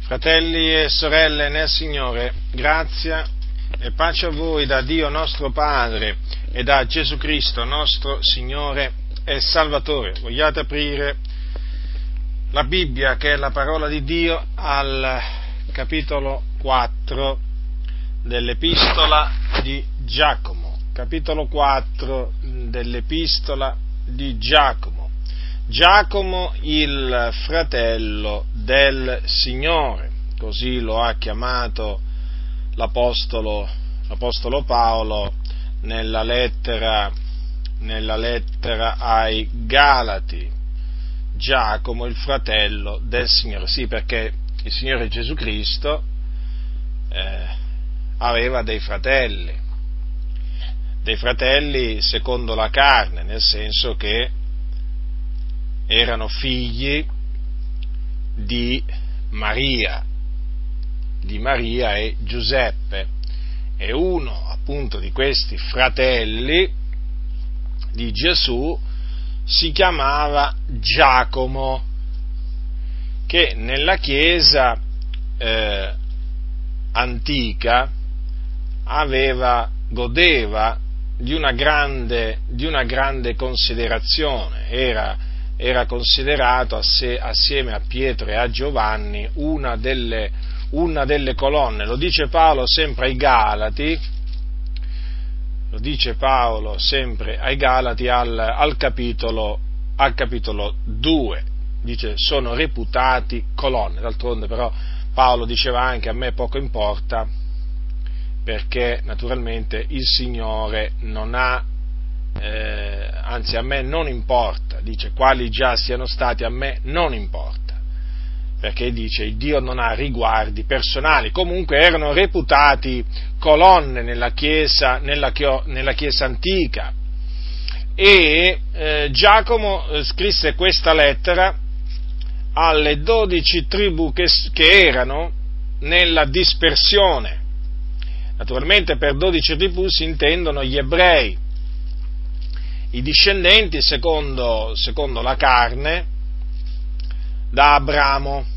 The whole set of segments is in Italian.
Fratelli e sorelle nel Signore, grazia e pace a voi da Dio nostro Padre e da Gesù Cristo nostro Signore e Salvatore. Vogliate aprire la Bibbia, che è la parola di Dio, al capitolo 4 dell'Epistola di Giacomo. Capitolo 4 dell'Epistola di Giacomo. Giacomo, il fratello del Signore, così lo ha chiamato l'Apostolo Paolo nella lettera ai Galati. Giacomo, il fratello del Signore, sì, perché il Signore Gesù Cristo aveva dei fratelli secondo la carne, nel senso che erano figli di Maria e Giuseppe, e uno appunto di questi fratelli di Gesù si chiamava Giacomo, che nella Chiesa antica godeva di una grande considerazione. Era considerato assieme a Pietro e a Giovanni una delle colonne. Lo dice Paolo sempre ai Galati, al capitolo 2, dice sono reputati colonne. D'altronde però Paolo diceva anche: a me poco importa, perché naturalmente il Signore non ha, anzi a me non importa, dice, quali già siano stati a me non importa, perché dice Dio non ha riguardi personali. Comunque erano reputati colonne nella Chiesa antica, e Giacomo scrisse questa lettera alle 12 tribù che erano nella dispersione. Naturalmente per 12 tribù si intendono gli ebrei, i discendenti secondo la carne da Abramo,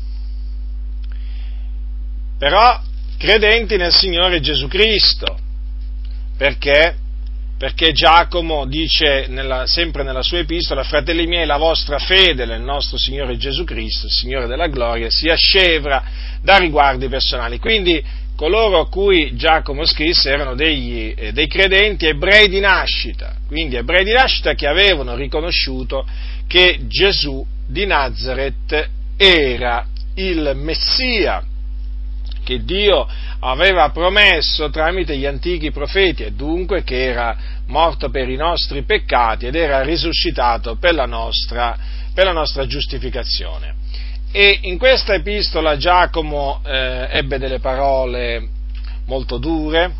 però credenti nel Signore Gesù Cristo, perché Giacomo dice sempre nella sua epistola: fratelli miei, la vostra fede nel nostro Signore Gesù Cristo, il Signore della gloria, sia scevra da riguardi personali. Quindi coloro a cui Giacomo scrisse erano dei credenti ebrei di nascita, quindi ebrei di nascita che avevano riconosciuto che Gesù di Nazaret era il Messia che Dio aveva promesso tramite gli antichi profeti, e dunque che era morto per i nostri peccati ed era risuscitato per la nostra giustificazione. E in questa epistola Giacomo ebbe delle parole molto dure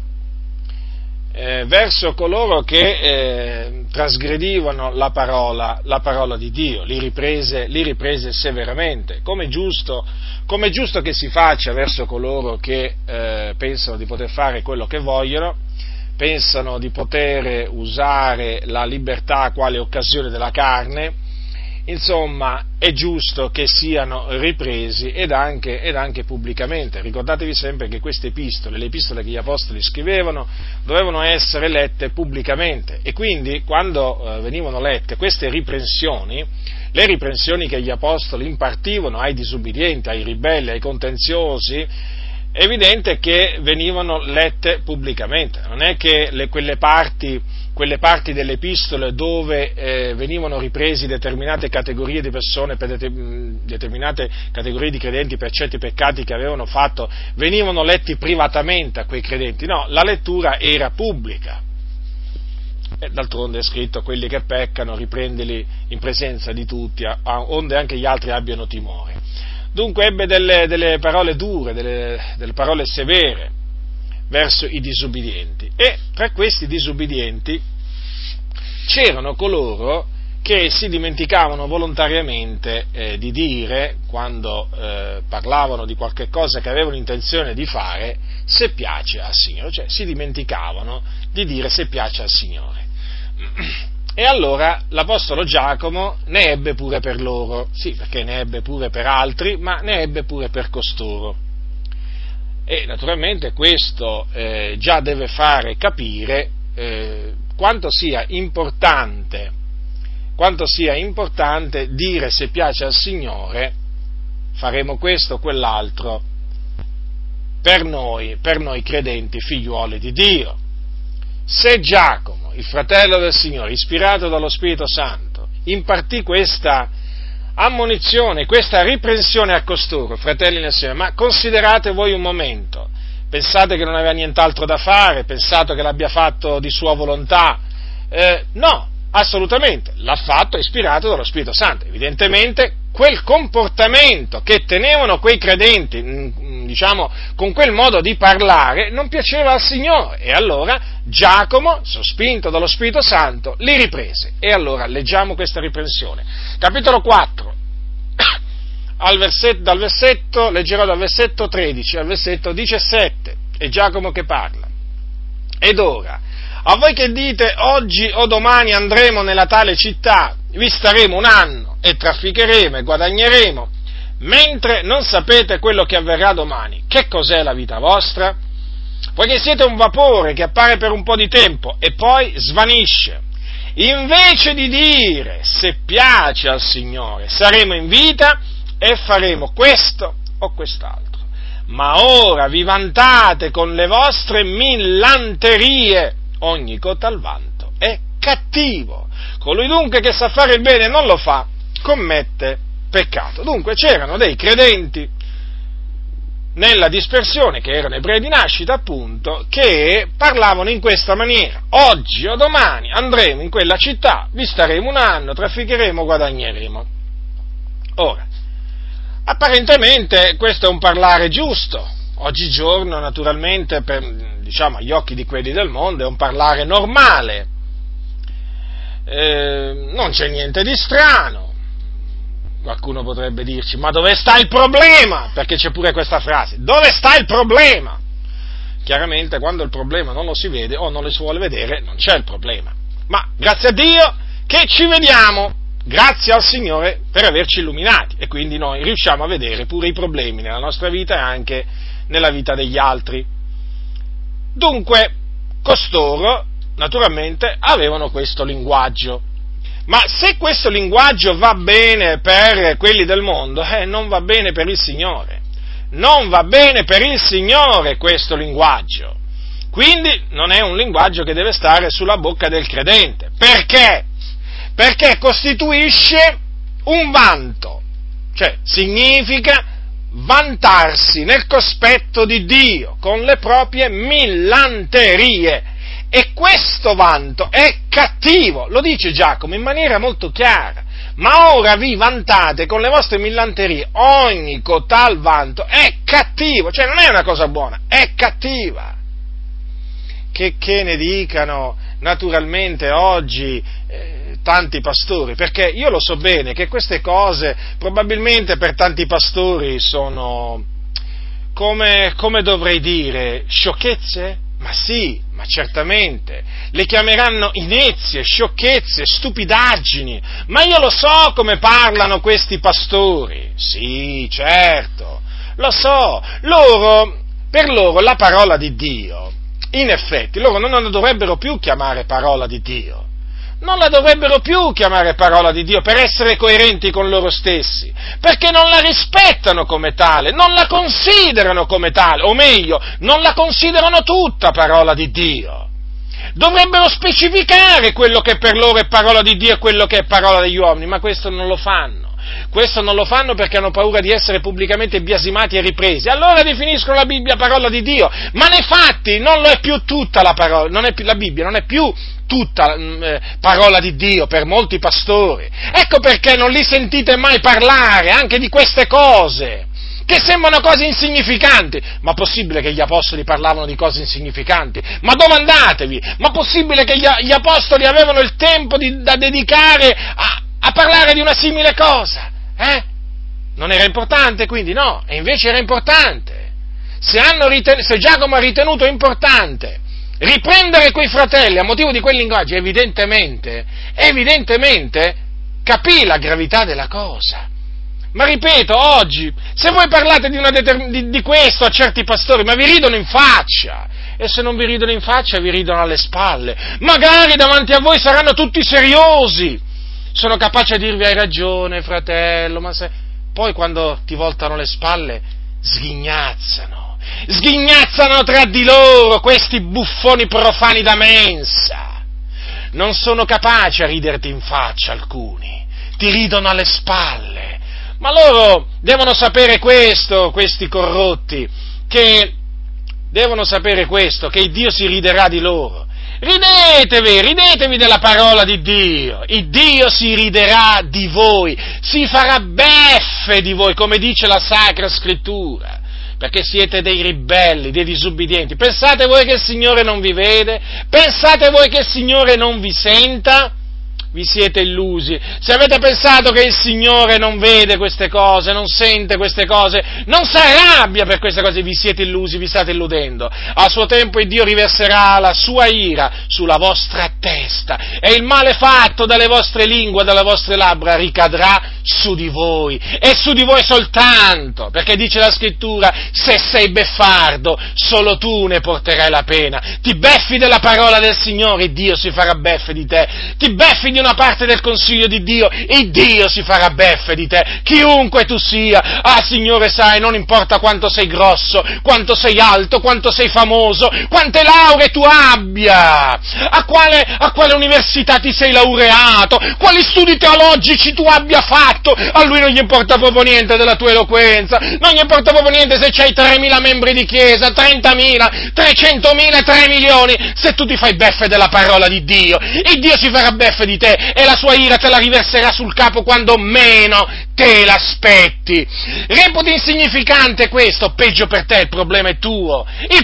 verso coloro che trasgredivano la parola di Dio, li riprese severamente, come è giusto che si faccia verso coloro che pensano di poter fare quello che vogliono, pensano di poter usare la libertà quale occasione della carne. Insomma, è giusto che siano ripresi ed anche pubblicamente. Ricordatevi sempre che queste epistole, le epistole che gli apostoli scrivevano, dovevano essere lette pubblicamente, e quindi quando venivano lette queste riprensioni, le riprensioni che gli apostoli impartivano ai disubbidienti, ai ribelli, ai contenziosi, è evidente che venivano lette pubblicamente. Non è che quelle parti delle epistole dove venivano ripresi determinate categorie di persone, per determinate categorie di credenti, per certi peccati che avevano fatto, venivano letti privatamente a quei credenti. No, la lettura era pubblica. E d'altronde è scritto: quelli che peccano riprendili in presenza di tutti, onde anche gli altri abbiano timore. Dunque ebbe delle parole dure, delle parole severe verso i disubbidienti, e tra questi disubbidienti c'erano coloro che si dimenticavano volontariamente di dire, quando parlavano di qualche cosa che avevano intenzione di fare, se piace al Signore, cioè si dimenticavano di dire se piace al Signore. E allora l'Apostolo Giacomo ne ebbe pure per loro, sì, perché ne ebbe pure per altri, ma ne ebbe pure per costoro. E naturalmente questo già deve fare capire quanto sia importante dire se piace al Signore, faremo questo o quell'altro per noi credenti figliuoli di Dio. Se Giacomo, il fratello del Signore, ispirato dallo Spirito Santo, impartì questa ammonizione, questa riprensione a costoro, fratelli nel Signore, ma considerate voi un momento, pensate che non aveva nient'altro da fare, pensate che l'abbia fatto di sua volontà? No, assolutamente, l'ha fatto ispirato dallo Spirito Santo. Evidentemente quel comportamento che tenevano quei credenti, diciamo, con quel modo di parlare, non piaceva al Signore, e allora Giacomo, sospinto dallo Spirito Santo, li riprese. E allora leggiamo questa riprensione. Capitolo 4, leggerò dal versetto 13 al versetto 17, è Giacomo che parla. Ed ora, a voi che dite, oggi o domani andremo nella tale città, vi staremo un anno, e trafficheremo e guadagneremo, mentre non sapete quello che avverrà domani. Che cos'è la vita vostra? Poiché siete un vapore che appare per un po' di tempo e poi svanisce. Invece di dire, se piace al Signore, saremo in vita e faremo questo o quest'altro. Ma ora vi vantate con le vostre millanterie. Ogni cotal vanto è cattivo. Colui dunque che sa fare il bene e non lo fa, commette peccato. Dunque c'erano dei credenti nella dispersione, che erano ebrei di nascita appunto, che parlavano in questa maniera: oggi o domani andremo in quella città, vi staremo un anno, trafficheremo, guadagneremo. Ora, apparentemente questo è un parlare giusto, oggigiorno naturalmente, agli occhi di quelli del mondo è un parlare normale, non c'è niente di strano. Qualcuno potrebbe dirci, ma dove sta il problema? Perché c'è pure questa frase, dove sta il problema? Chiaramente quando il problema non lo si vede o non lo si vuole vedere, non c'è il problema. Ma grazie a Dio che ci vediamo, grazie al Signore per averci illuminati, e quindi noi riusciamo a vedere pure i problemi nella nostra vita e anche nella vita degli altri. Dunque, costoro naturalmente avevano questo linguaggio. Ma se questo linguaggio va bene per quelli del mondo, non va bene per il Signore. Non va bene per il Signore questo linguaggio. Quindi non è un linguaggio che deve stare sulla bocca del credente. Perché? Perché costituisce un vanto. Cioè, significa vantarsi nel cospetto di Dio con le proprie millanterie. E questo vanto è cattivo, lo dice Giacomo in maniera molto chiara. Ma ora vi vantate con le vostre millanterie, ogni cotal vanto è cattivo, cioè non è una cosa buona, è cattiva. Che ne dicano naturalmente oggi tanti pastori, perché io lo so bene che queste cose probabilmente per tanti pastori sono, come dovrei dire, sciocchezze? Ma sì, ma certamente, le chiameranno inezie, sciocchezze, stupidaggini, ma io lo so come parlano questi pastori, sì, certo, lo so, per loro la parola di Dio, in effetti, loro non la dovrebbero più chiamare parola di Dio, non la dovrebbero più chiamare parola di Dio per essere coerenti con loro stessi, perché non la rispettano come tale, non la considerano come tale, o meglio, non la considerano tutta parola di Dio. Dovrebbero specificare quello che per loro è parola di Dio e quello che è parola degli uomini, ma questo non lo fanno. Questo non lo fanno perché hanno paura di essere pubblicamente biasimati e ripresi. Allora definiscono la Bibbia parola di Dio, ma nei fatti non lo è più tutta la parola, la Bibbia non è più tutta parola di Dio per molti pastori. Ecco perché non li sentite mai parlare anche di queste cose, che sembrano cose insignificanti. Ma possibile che gli apostoli parlavano di cose insignificanti? Ma domandatevi, ma possibile che gli apostoli avevano il tempo da dedicare a parlare di una simile cosa? Non era importante quindi? No, e invece era importante. Se Giacomo ha ritenuto importante riprendere quei fratelli a motivo di quel linguaggio, evidentemente capì la gravità della cosa. Ma ripeto, oggi, se voi parlate di questo a certi pastori, ma vi ridono in faccia, e se non vi ridono in faccia, vi ridono alle spalle. Magari davanti a voi saranno tutti seriosi, sono capaci a dirvi: hai ragione, fratello, ma se... Poi quando ti voltano le spalle, sghignazzano tra di loro questi buffoni profani da mensa. Non sono capaci a riderti in faccia alcuni, ti ridono alle spalle. Ma loro devono sapere questo, questi corrotti, che devono sapere questo, che il Dio si riderà di loro. Ridetevi della parola di Dio. Il Dio si riderà di voi, si farà beffe di voi, come dice la Sacra Scrittura, perché siete dei ribelli, dei disubbidienti. Pensate voi che il Signore non vi vede? Pensate voi che il Signore non vi senta? Vi siete illusi. Se avete pensato che il Signore non vede queste cose, non sente queste cose, non si arrabbia per queste cose, vi siete illusi, vi state illudendo. A suo tempo il Dio riverserà la sua ira sulla vostra testa e il male fatto dalle vostre lingue, dalle vostre labbra ricadrà su di voi e su di voi soltanto, perché dice la Scrittura: se sei beffardo, solo tu ne porterai la pena. Ti beffi della parola del Signore, Dio si farà beffe di te. Ti beffi di una parte del consiglio di Dio, il Dio si farà beffe di te, chiunque tu sia. Signore, sai, non importa quanto sei grosso, quanto sei alto, quanto sei famoso, quante lauree tu abbia, a quale università ti sei laureato, quali studi teologici tu abbia fatto, a lui non gli importa proprio niente della tua eloquenza, non gli importa proprio niente se c'hai 3.000 membri di chiesa, 30.000, 300.000, 3 milioni, se tu ti fai beffe della parola di Dio, il Dio si farà beffe di te e la sua ira te la riverserà sul capo quando meno te l'aspetti. Reputi insignificante questo? Peggio per te, il problema è tuo,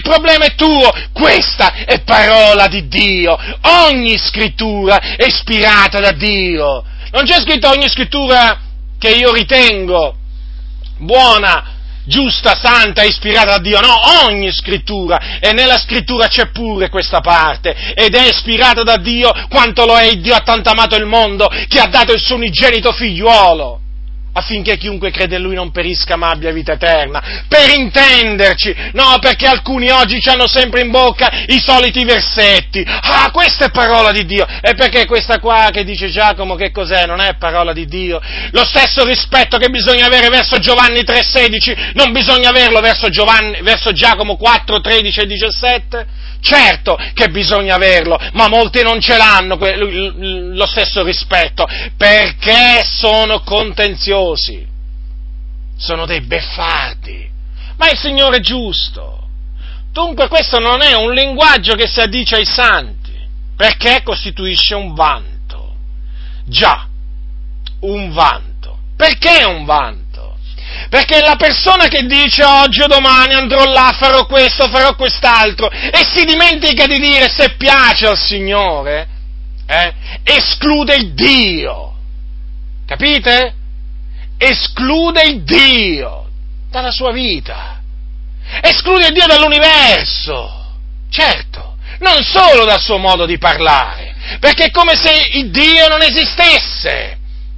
questa è parola di Dio, ogni scrittura è ispirata da Dio, non c'è scritto ogni scrittura che io ritengo buona, giusta, santa, ispirata da Dio, no, ogni scrittura, e nella scrittura c'è pure questa parte, ed è ispirata da Dio quanto lo è il Dio ha tanto amato il mondo, che ha dato il suo unigenito figliuolo, affinché chiunque crede in Lui non perisca ma abbia vita eterna. Per intenderci, no, perché alcuni oggi hanno sempre in bocca i soliti versetti. Questa è parola di Dio. E perché questa qua che dice Giacomo, che cos'è? Non è parola di Dio? Lo stesso rispetto che bisogna avere verso Giovanni 3,16, non bisogna averlo verso Giacomo 4, 13 e 17? Certo che bisogna averlo, ma molti non ce l'hanno lo stesso rispetto, perché sono contenziosi, sono dei beffardi, ma il Signore è giusto. Dunque questo non è un linguaggio che si addice ai santi, perché costituisce un vanto. Già, un vanto. Perché un vanto? Perché la persona che dice oggi o domani andrò là, farò questo, farò quest'altro, e si dimentica di dire se piace al Signore, esclude il Dio, capite? Esclude il Dio dalla sua vita, esclude il Dio dall'universo, certo, non solo dal suo modo di parlare, perché è come se il Dio non esistesse.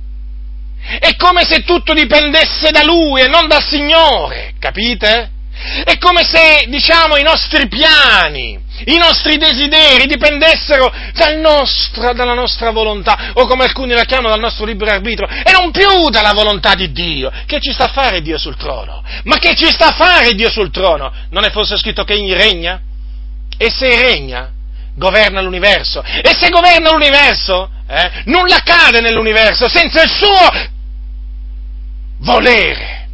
È come se tutto dipendesse da Lui e non dal Signore, capite? È come se, diciamo, i nostri piani, i nostri desideri dipendessero dalla nostra volontà, o come alcuni la chiamano, dal nostro libero arbitrio, e non più dalla volontà di Dio. Che ci sta a fare Dio sul trono? Ma che ci sta a fare Dio sul trono? Non è forse scritto che egli regna? E se regna, governa l'universo. E se governa l'universo, nulla accade nell'universo senza il suo volere,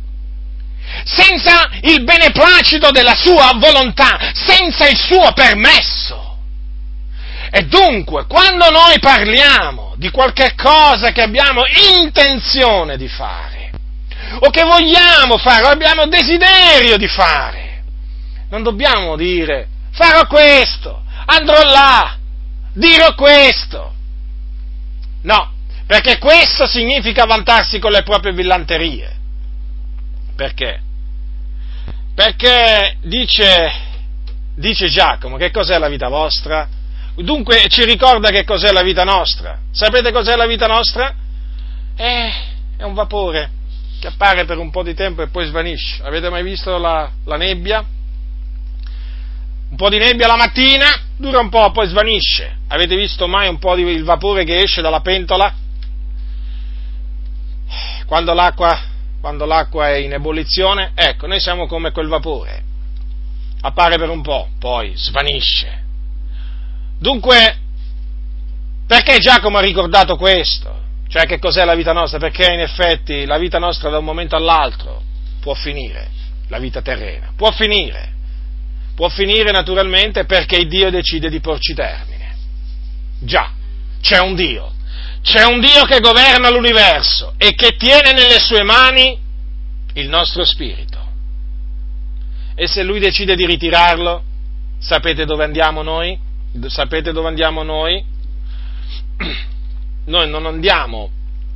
senza il beneplacito della sua volontà, senza il suo permesso. E dunque, quando noi parliamo di qualche cosa che abbiamo intenzione di fare, o che vogliamo fare, o abbiamo desiderio di fare, non dobbiamo dire farò questo, andrò là, dirò questo. No, perché questo significa vantarsi con le proprie villanterie. Perché? Perché dice dice Giacomo, che cos'è la vita vostra? Dunque ci ricorda che cos'è la vita nostra. Sapete cos'è la vita nostra? È un vapore che appare per un po' di tempo e poi svanisce. Avete mai visto la nebbia? Un po' di nebbia la mattina, dura un po', poi svanisce. Avete visto mai un po' di il vapore che esce dalla pentola? Quando l'acqua è in ebollizione, ecco, noi siamo come quel vapore. Appare per un po', poi svanisce. Dunque, perché Giacomo ha ricordato questo? Cioè, che cos'è la vita nostra? Perché in effetti la vita nostra da un momento all'altro può finire, la vita terrena, può finire naturalmente perché Dio decide di porci termine. Già, c'è un Dio che governa l'universo e che tiene nelle sue mani il nostro spirito. E se Lui decide di ritirarlo, sapete dove andiamo noi? Sapete dove andiamo noi? Noi non andiamo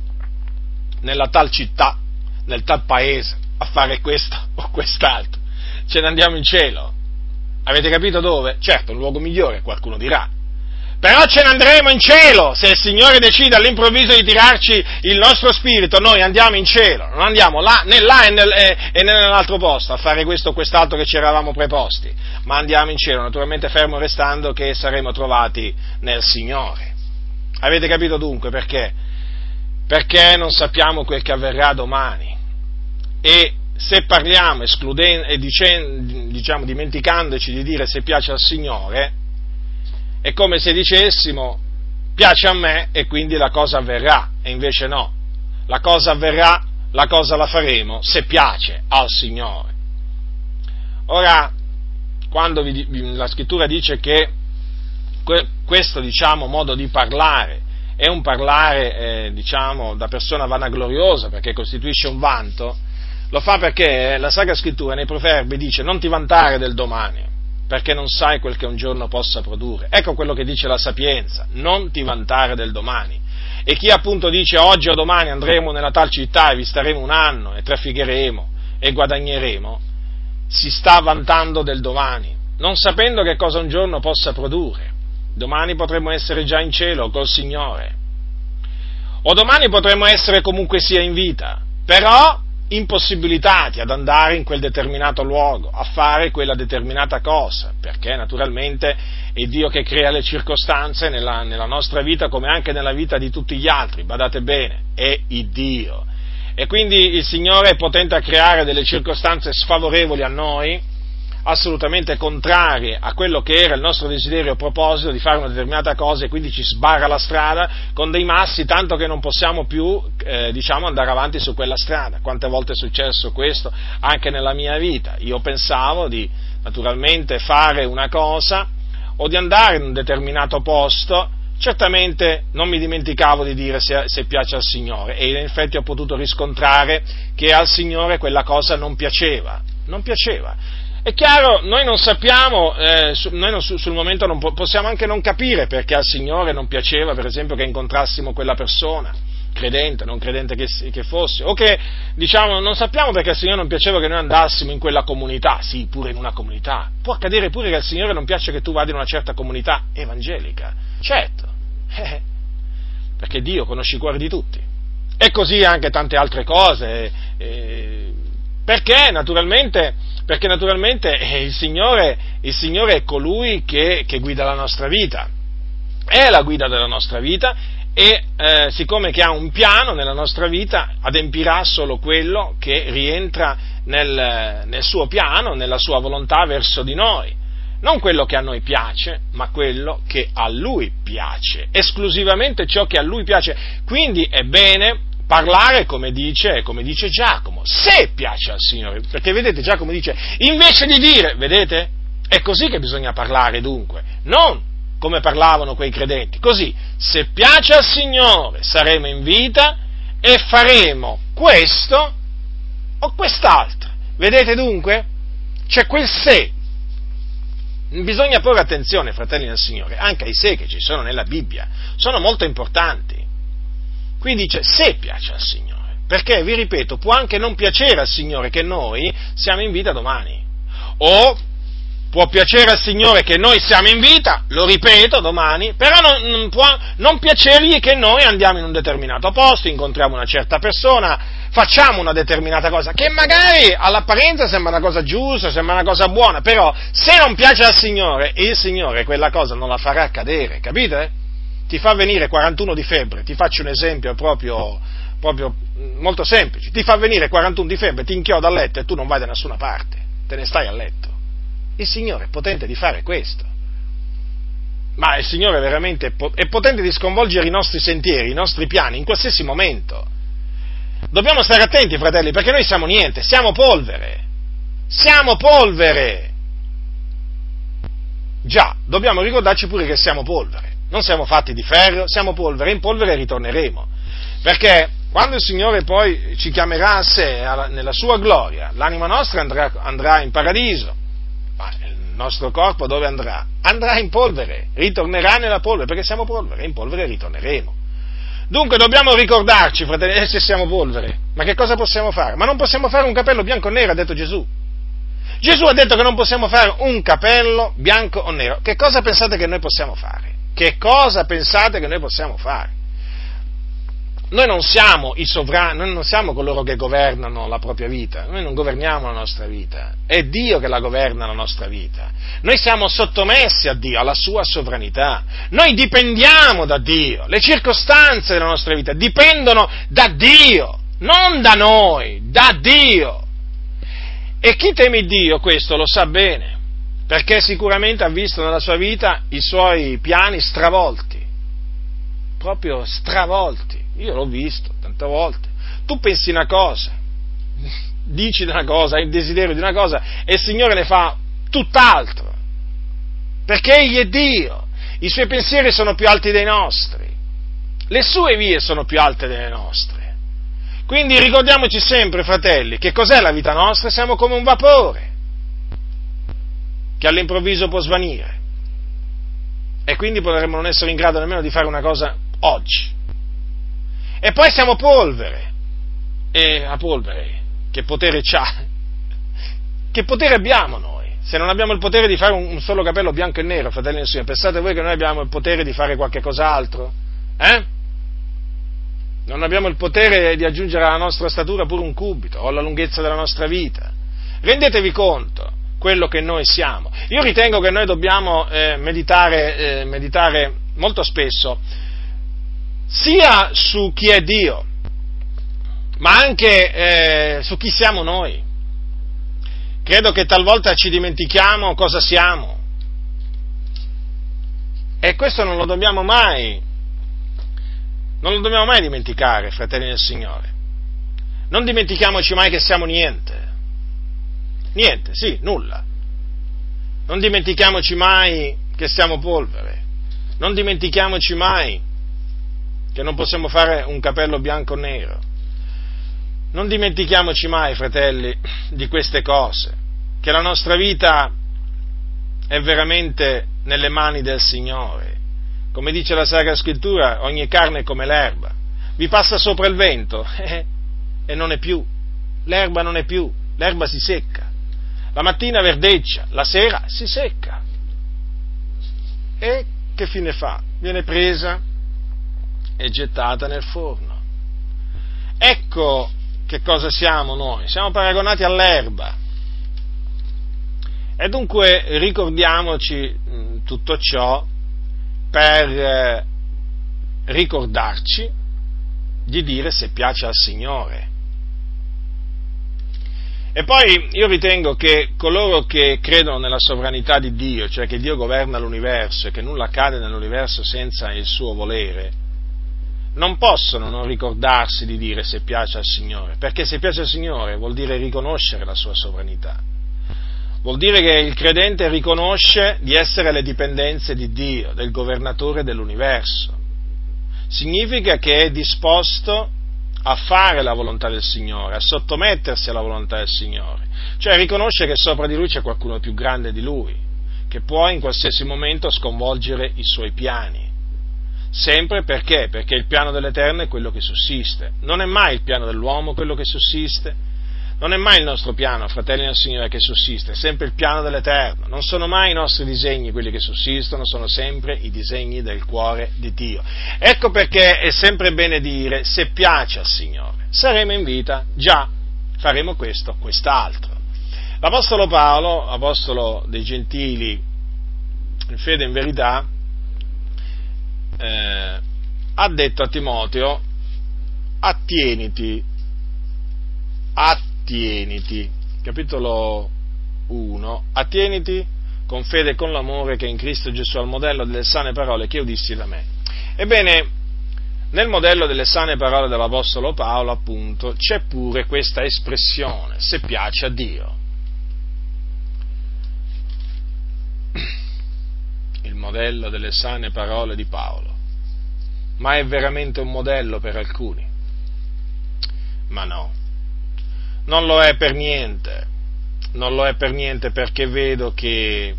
nella tal città, nel tal paese a fare questo o quest'altro, ce ne andiamo in cielo. Avete capito dove? Certo, un luogo migliore, qualcuno dirà. Però ce ne andremo in cielo, se il Signore decide all'improvviso di tirarci il nostro spirito, noi andiamo in cielo, non andiamo né là e nell'altro posto a fare questo o quest'altro che ci eravamo preposti, ma andiamo in cielo, naturalmente fermo restando che saremo trovati nel Signore. Avete capito dunque perché? Perché non sappiamo quel che avverrà domani e se parliamo dimenticandoci di dire se piace al Signore, è come se dicessimo piace a me e quindi la cosa avverrà, e invece no, la cosa avverrà, la cosa la faremo se piace al Signore. Ora, quando la Scrittura dice che questo, modo di parlare è un parlare, da persona vanagloriosa, perché costituisce un vanto, lo fa perché la Sacra Scrittura nei Proverbi dice non ti vantare del domani, perché non sai quel che un giorno possa produrre. Ecco quello che dice la Sapienza, non ti vantare del domani. E chi appunto dice oggi o domani andremo nella tal città e vi staremo un anno e trafigheremo e guadagneremo, si sta vantando del domani, non sapendo che cosa un giorno possa produrre. Domani potremmo essere già in cielo col Signore, o domani potremmo essere comunque sia in vita, però impossibilitati ad andare in quel determinato luogo, a fare quella determinata cosa, perché naturalmente è Dio che crea le circostanze nella nostra vita come anche nella vita di tutti gli altri, badate bene, è il Dio. E quindi il Signore è potente a creare delle circostanze sfavorevoli a noi, assolutamente contrarie a quello che era il nostro desiderio o proposito di fare una determinata cosa, e quindi ci sbarra la strada con dei massi tanto che non possiamo più andare avanti su quella strada. Quante volte è successo questo anche nella mia vita? Io pensavo di naturalmente fare una cosa o di andare in un determinato posto, certamente non mi dimenticavo di dire se piace al Signore, e in effetti ho potuto riscontrare che al Signore quella cosa non piaceva. È chiaro, noi non sappiamo, sul momento non possiamo anche non capire perché al Signore non piaceva, per esempio, che incontrassimo quella persona, credente, non credente che fosse, o che, non sappiamo perché al Signore non piaceva che noi andassimo in quella comunità, sì, pure in una comunità. Può accadere pure che al Signore non piace che tu vada in una certa comunità evangelica, certo, perché Dio conosce i cuori di tutti. E così anche tante altre cose, perché naturalmente il Signore è colui che guida la nostra vita, è la guida della nostra vita, e siccome che ha un piano nella nostra vita, adempirà solo quello che rientra nel suo piano, nella sua volontà verso di noi, non quello che a noi piace, ma quello che a Lui piace, esclusivamente ciò che a Lui piace. Quindi è bene parlare come dice Giacomo, se piace al Signore, perché vedete, Giacomo dice, invece di dire, vedete, è così che bisogna parlare dunque, non come parlavano quei credenti, così, se piace al Signore saremo in vita e faremo questo o quest'altro, vedete dunque? C'è quel se. Bisogna porre attenzione, fratelli del Signore, anche ai se che ci sono nella Bibbia, sono molto importanti. Qui dice se piace al Signore, perché, vi ripeto, può anche non piacere al Signore che noi siamo in vita domani, o può piacere al Signore che noi siamo in vita, lo ripeto domani, però non può non piacergli che noi andiamo in un determinato posto, incontriamo una certa persona, facciamo una determinata cosa, che magari all'apparenza sembra una cosa giusta, sembra una cosa buona, però se non piace al Signore, il Signore quella cosa non la farà accadere, capite? Ti fa venire 41 di febbre, ti faccio un esempio proprio molto semplice, ti fa venire 41 di febbre, ti inchioda a letto e tu non vai da nessuna parte, te ne stai a letto. Il Signore è potente di fare questo, ma il Signore veramente è potente di sconvolgere i nostri sentieri, i nostri piani, in qualsiasi momento. Dobbiamo stare attenti, fratelli, perché noi siamo niente, siamo polvere. Già, dobbiamo ricordarci pure che siamo polvere, non siamo fatti di ferro, siamo polvere, in polvere ritorneremo, perché quando il Signore poi ci chiamerà a sé, nella sua gloria, l'anima nostra andrà in paradiso, ma il nostro corpo dove andrà? Andrà in polvere, ritornerà nella polvere, perché siamo polvere, in polvere ritorneremo. Dunque dobbiamo ricordarci, fratelli, se siamo polvere, ma che cosa possiamo fare? Ma non possiamo fare un capello bianco o nero, ha detto Gesù. Gesù ha detto che non possiamo fare un capello bianco o nero. Che cosa pensate che noi possiamo fare? Che cosa pensate che noi possiamo fare? Noi non siamo i sovrani, noi non siamo coloro che governano la propria vita, noi non governiamo la nostra vita, è Dio che la governa la nostra vita. Noi siamo sottomessi a Dio, alla sua sovranità, noi dipendiamo da Dio, le circostanze della nostra vita dipendono da Dio, non da noi, da Dio. E chi teme Dio questo lo sa bene, perché sicuramente ha visto nella sua vita i suoi piani stravolti, proprio stravolti. Io l'ho visto tante volte. Tu pensi una cosa, dici una cosa, hai il desiderio di una cosa e il Signore ne fa tutt'altro, perché Egli è Dio, i Suoi pensieri sono più alti dei nostri, le Sue vie sono più alte delle nostre. Quindi ricordiamoci sempre, fratelli, che cos'è la vita nostra? Siamo come un vapore che all'improvviso può svanire e quindi potremmo non essere in grado nemmeno di fare una cosa oggi. E poi siamo polvere, e la polvere, che potere c'ha? Che potere abbiamo noi? Se non abbiamo il potere di fare un solo capello bianco e nero, fratelli del Signore, pensate voi che noi abbiamo il potere di fare qualche cos'altro? Non abbiamo il potere di aggiungere alla nostra statura pure un cubito, o alla lunghezza della nostra vita. Rendetevi conto quello che noi siamo. Io ritengo che noi dobbiamo meditare molto spesso sia su chi è Dio, ma anche su chi siamo noi. Credo che talvolta ci dimentichiamo cosa siamo, e questo non lo dobbiamo mai dimenticare, fratelli del Signore. Non dimentichiamoci mai che siamo niente, sì, nulla. Non dimentichiamoci mai che siamo polvere, non dimentichiamoci mai che non possiamo fare un capello bianco o nero. Non dimentichiamoci mai, fratelli, di queste cose, che la nostra vita è veramente nelle mani del Signore. Come dice la Sacra Scrittura, ogni carne è come l'erba, vi passa sopra il vento e non è più, l'erba non è più, l'erba si secca, la mattina verdeggia, la sera si secca. E che fine fa? Viene presa e gettata nel forno. Ecco che cosa siamo noi, siamo paragonati all'erba. E dunque ricordiamoci tutto ciò per ricordarci di dire se piace al Signore. E poi io ritengo che coloro che credono nella sovranità di Dio, cioè che Dio governa l'universo e che nulla accade nell'universo senza il suo volere, non possono non ricordarsi di dire se piace al Signore, perché se piace al Signore vuol dire riconoscere la sua sovranità, vuol dire che il credente riconosce di essere alle dipendenze di Dio, del governatore dell'universo, significa che è disposto a fare la volontà del Signore, a sottomettersi alla volontà del Signore, cioè riconosce che sopra di lui c'è qualcuno più grande di lui, che può in qualsiasi momento sconvolgere i suoi piani. Sempre perché? Perché il piano dell'Eterno è quello che sussiste, non è mai il piano dell'uomo quello che sussiste, Non è mai il nostro piano, fratelli del Signore, che sussiste, è sempre il piano dell'Eterno. Non sono mai i nostri disegni quelli che sussistono, sono sempre i disegni del cuore di Dio. Ecco perché è sempre bene dire, se piace al Signore, saremo in vita, già, faremo questo, quest'altro. L'Apostolo Paolo, apostolo dei Gentili, in fede e in verità, ha detto a Timoteo, attieniti, capitolo 1, attieniti con fede e con l'amore che è in Cristo Gesù al modello delle sane parole che udissi da me. Ebbene, nel modello delle sane parole dell'Apostolo Paolo, appunto, c'è pure questa espressione, se piace a Dio. Il modello delle sane parole di Paolo. Ma è veramente un modello per alcuni? Ma no. Non lo è per niente perché vedo che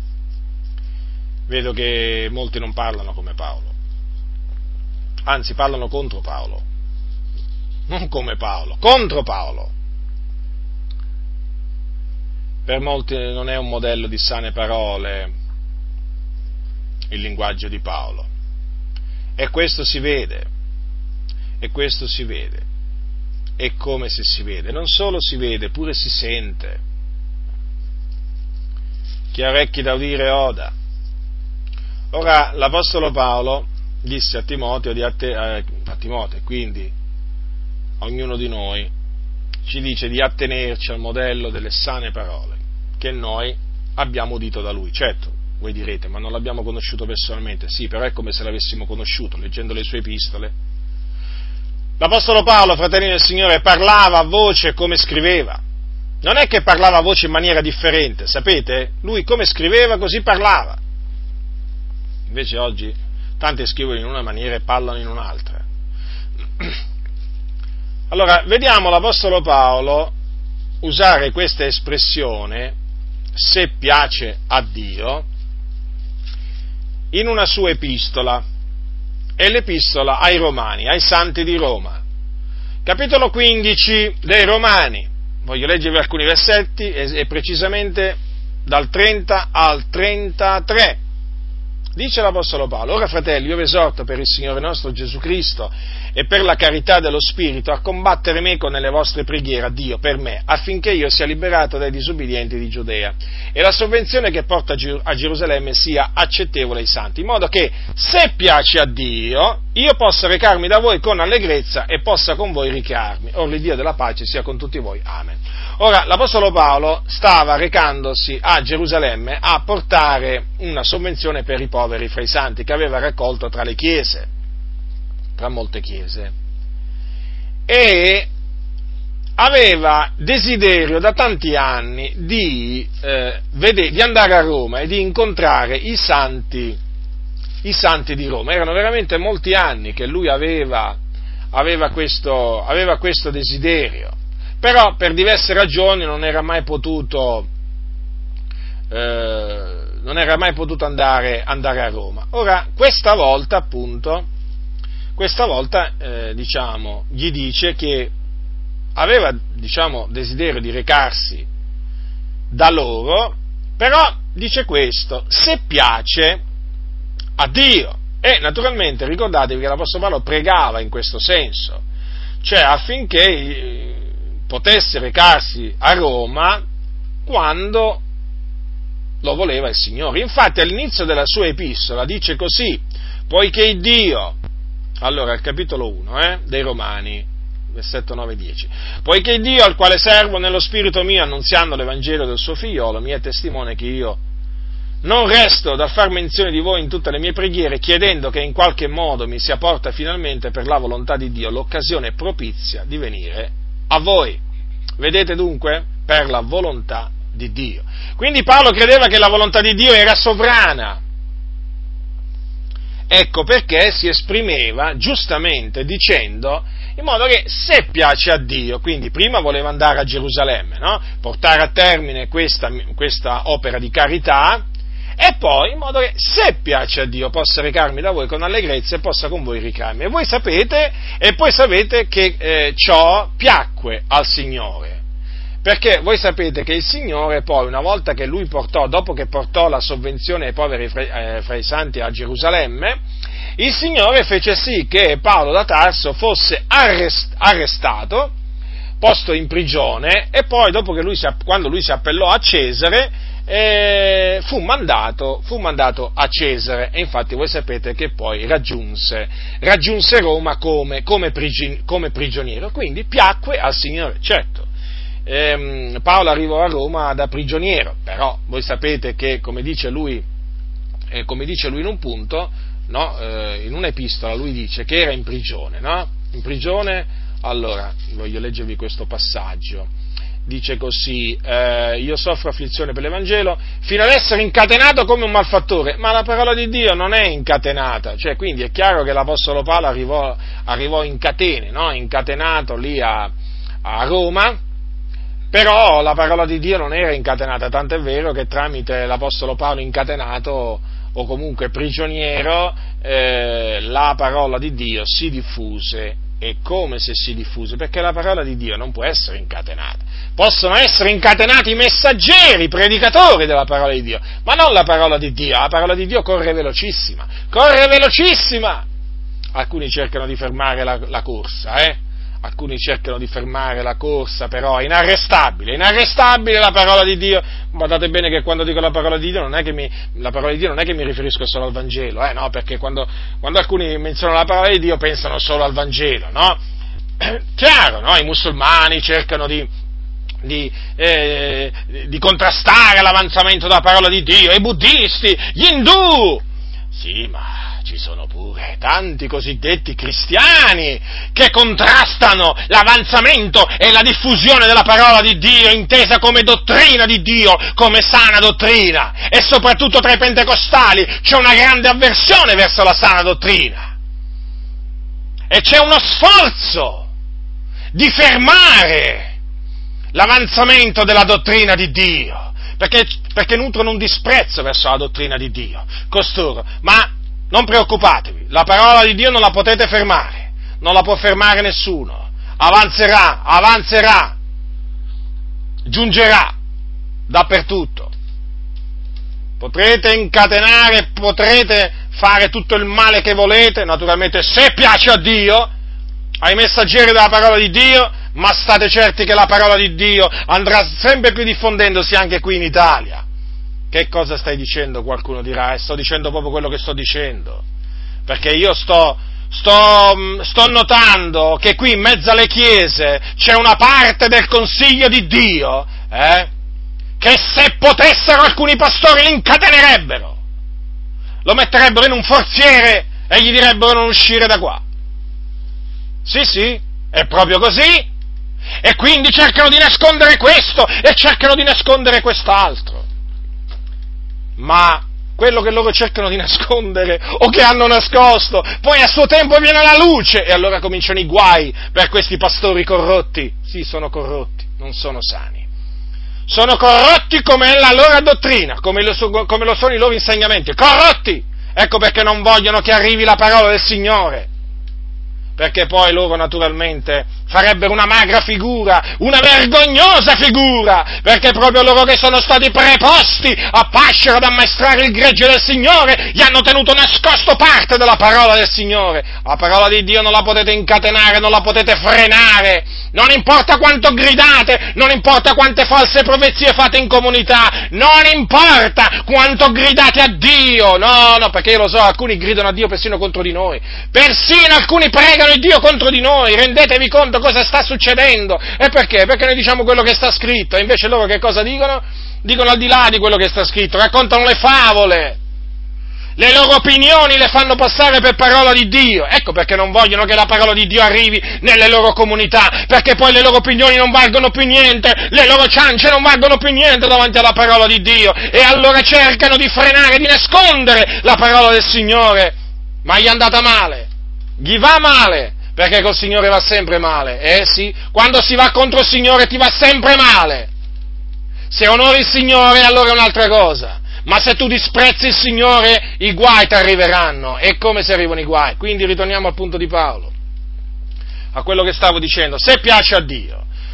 molti non parlano come Paolo, anzi parlano contro Paolo, non come Paolo, contro Paolo. Per molti non è un modello di sane parole il linguaggio di Paolo, e questo si vede, e come se si vede, non solo si vede, pure si sente. Chi ha orecchi da udire oda. Ora, l'Apostolo Paolo disse a Timoteo, quindi a ognuno di noi, ci dice di attenerci al modello delle sane parole che noi abbiamo udito da lui. Certo, voi direte, ma non l'abbiamo conosciuto personalmente. Sì, però è come se l'avessimo conosciuto, leggendo le sue epistole. L'Apostolo Paolo, fratelli del Signore, parlava a voce come scriveva. Non è che parlava a voce in maniera differente, sapete? Lui come scriveva, così parlava. Invece oggi tanti scrivono in una maniera e parlano in un'altra. Allora, vediamo l'Apostolo Paolo usare questa espressione, se piace a Dio, in una sua epistola. È l'epistola ai Romani, ai santi di Roma. Capitolo 15 dei Romani. Voglio leggervi alcuni versetti e precisamente dal 30 al 33. Dice l'Apostolo Paolo: ora fratelli, io vi esorto per il Signore nostro Gesù Cristo e per la carità dello Spirito a combattere meco nelle vostre preghiere a Dio per me, affinché io sia liberato dai disubbidienti di Giudea e la sovvenzione che porta a Gerusalemme sia accettevole ai santi, in modo che, se piace a Dio, io possa recarmi da voi con allegrezza e possa con voi ricrearmi. Or l'Iddio della pace sia con tutti voi. Amen. Ora, l'Apostolo Paolo stava recandosi a Gerusalemme a portare una sovvenzione per i poveri fra i santi che aveva raccolto tra le chiese, tra molte chiese, e aveva desiderio da tanti anni di andare a Roma e di incontrare i santi di Roma. Erano veramente molti anni che lui aveva questo desiderio, però per diverse ragioni non era mai potuto andare a Roma. Ora, questa volta gli dice che aveva, desiderio di recarsi da loro, però dice questo: se piace a Dio. E naturalmente ricordatevi che l'Apostolo Paolo pregava in questo senso, cioè affinché potesse recarsi a Roma quando lo voleva il Signore. Infatti all'inizio della sua epistola dice così: poiché Dio, allora al capitolo 1 dei Romani, versetto 9-10, poiché Dio, al quale servo nello spirito mio annunziando l'Evangelo del suo figliolo, mi è testimone che io non resto dal far menzione di voi in tutte le mie preghiere, chiedendo che in qualche modo mi sia porta finalmente, per la volontà di Dio, l'occasione propizia di venire a voi. Vedete dunque? Per la volontà di Dio. Quindi Paolo credeva che la volontà di Dio era sovrana. Ecco perché si esprimeva giustamente dicendo, in modo che, se piace a Dio, quindi prima voleva andare a Gerusalemme, no? Portare a termine questa opera di carità, e poi, in modo che, se piace a Dio, possa recarmi da voi con allegrezza e possa con voi recarmi. E poi sapete che ciò piacque al Signore. Perché voi sapete che il Signore poi, una volta che Lui dopo che portò la sovvenzione ai poveri fra i santi a Gerusalemme, il Signore fece sì che Paolo da Tarso fosse arrestato, posto in prigione, e poi dopo che quando lui si appellò a Cesare, fu mandato a Cesare, e infatti voi sapete che poi raggiunse Roma come prigioniero, quindi piacque al Signore, certo. Paolo arrivò a Roma da prigioniero, però voi sapete che, come dice lui in un punto, no, in un'epistola lui dice che era in prigione, no? In prigione, allora, voglio leggervi questo passaggio. Dice così: io soffro afflizione per l'Evangelo fino ad essere incatenato come un malfattore, ma la parola di Dio non è incatenata, cioè quindi è chiaro che l'Apostolo Paolo arrivò in catene, no? Incatenato lì a Roma, però la parola di Dio non era incatenata, tant'è vero che tramite l'Apostolo Paolo incatenato o comunque prigioniero la parola di Dio si diffuse. E come se si diffuse? Perché la parola di Dio non può essere incatenata. Possono essere incatenati i messaggeri, i predicatori della parola di Dio, ma non la parola di Dio. La parola di Dio corre velocissima! Alcuni cercano di fermare la corsa, Alcuni cercano di fermare la corsa, però è inarrestabile la parola di Dio. Guardate bene che quando dico la parola di Dio non è che mi riferisco solo al Vangelo, no? Perché quando alcuni menzionano la parola di Dio pensano solo al Vangelo, no? Chiaro, no? I musulmani cercano di contrastare l'avanzamento della parola di Dio, i buddisti, gli indù, sì, ma ci sono pure tanti cosiddetti cristiani che contrastano l'avanzamento e la diffusione della parola di Dio intesa come dottrina di Dio, come sana dottrina, e soprattutto tra i pentecostali c'è una grande avversione verso la sana dottrina e c'è uno sforzo di fermare l'avanzamento della dottrina di Dio, perché nutrono un disprezzo verso la dottrina di Dio costoro, ma non preoccupatevi, la parola di Dio non la potete fermare, non la può fermare nessuno, avanzerà, giungerà dappertutto. Potrete incatenare, potrete fare tutto il male che volete, naturalmente se piace a Dio, ai messaggeri della parola di Dio, ma state certi che la parola di Dio andrà sempre più diffondendosi anche qui in Italia. Che cosa stai dicendo? Qualcuno dirà, sto dicendo proprio quello che sto dicendo, perché io sto notando che qui in mezzo alle chiese c'è una parte del Consiglio di Dio, che se potessero alcuni pastori li incatenerebbero, lo metterebbero in un forziere e gli direbbero non uscire da qua. Sì, è proprio così, e quindi cercano di nascondere questo e cercano di nascondere quest'altro. Ma quello che loro cercano di nascondere o che hanno nascosto, poi a suo tempo viene alla luce e allora cominciano i guai per questi pastori corrotti. Sì, sono corrotti, non sono sani. Sono corrotti come è la loro dottrina, come lo sono i loro insegnamenti. Corrotti! Ecco perché non vogliono che arrivi la parola del Signore. Perché poi loro naturalmente farebbero una magra figura, una vergognosa figura, perché proprio loro che sono stati preposti a pascere, ad ammaestrare il gregge del Signore, gli hanno tenuto nascosto parte della parola del Signore. La parola di Dio non la potete incatenare, non la potete frenare, non importa quanto gridate, non importa quante false profezie fate in comunità, non importa quanto gridate a Dio, no, perché io lo so, alcuni gridano a Dio persino contro di noi, persino alcuni pregano il Dio contro di noi, rendetevi conto cosa sta succedendo, e perché? Perché noi diciamo quello che sta scritto, e invece loro che cosa dicono? Dicono al di là di quello che sta scritto, raccontano le favole, le loro opinioni le fanno passare per parola di Dio, ecco perché non vogliono che la parola di Dio arrivi nelle loro comunità, perché poi le loro opinioni non valgono più niente, le loro ciance non valgono più niente davanti alla parola di Dio, e allora cercano di frenare, di nascondere la parola del Signore, ma gli è andata male, gli va male, perché col Signore va sempre male, sì, quando si va contro il Signore ti va sempre male, se onori il Signore allora è un'altra cosa, ma se tu disprezzi il Signore i guai ti arriveranno, e come si arrivano i guai? Quindi ritorniamo al punto di Paolo, a quello che stavo dicendo, se piace a Dio,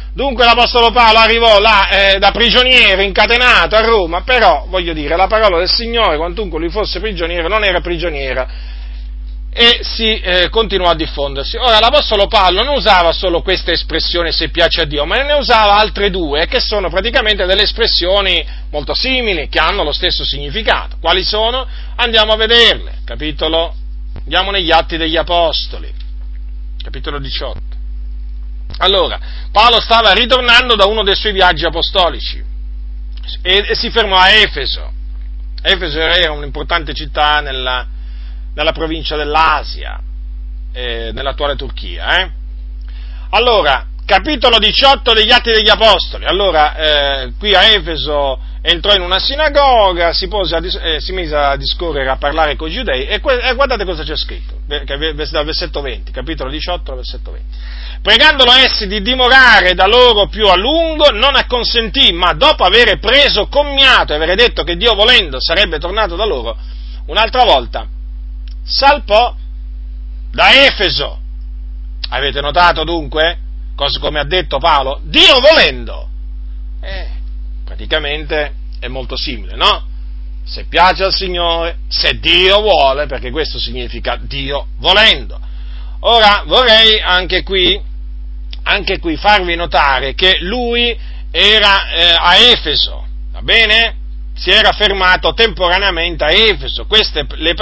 Dunque l'Apostolo Paolo arrivò là da prigioniero, incatenato a Roma, però, voglio dire, la parola del Signore, quantunque lui fosse prigioniero, non era prigioniera, e si continuò a diffondersi. Ora, l'Apostolo Paolo non usava solo questa espressione se piace a Dio, ma ne usava altre due, che sono praticamente delle espressioni molto simili, che hanno lo stesso significato. Quali sono? Andiamo a vederle. Andiamo negli Atti degli Apostoli, capitolo 18. Allora, Paolo stava ritornando da uno dei suoi viaggi apostolici e si fermò a Efeso. Efeso era un'importante città nella provincia dell'Asia, nell'attuale Turchia. Allora, capitolo 18 degli Atti degli Apostoli. Allora, qui a Efeso entrò in una sinagoga, si mise a discorrere, a parlare con i giudei, e guardate cosa c'è scritto, dal versetto 20, capitolo 18, versetto 20. Pregandolo essi di dimorare da loro più a lungo, non acconsentì, ma dopo avere preso commiato e avere detto che Dio volendo sarebbe tornato da loro, un'altra volta salpò da Efeso. Avete notato dunque? Come ha detto Paolo? Dio volendo. Praticamente è molto simile, no? Se piace al Signore, se Dio vuole, perché questo significa Dio volendo. Ora vorrei anche qui farvi notare che lui era a Efeso, va bene? Si era fermato temporaneamente a Efeso. Queste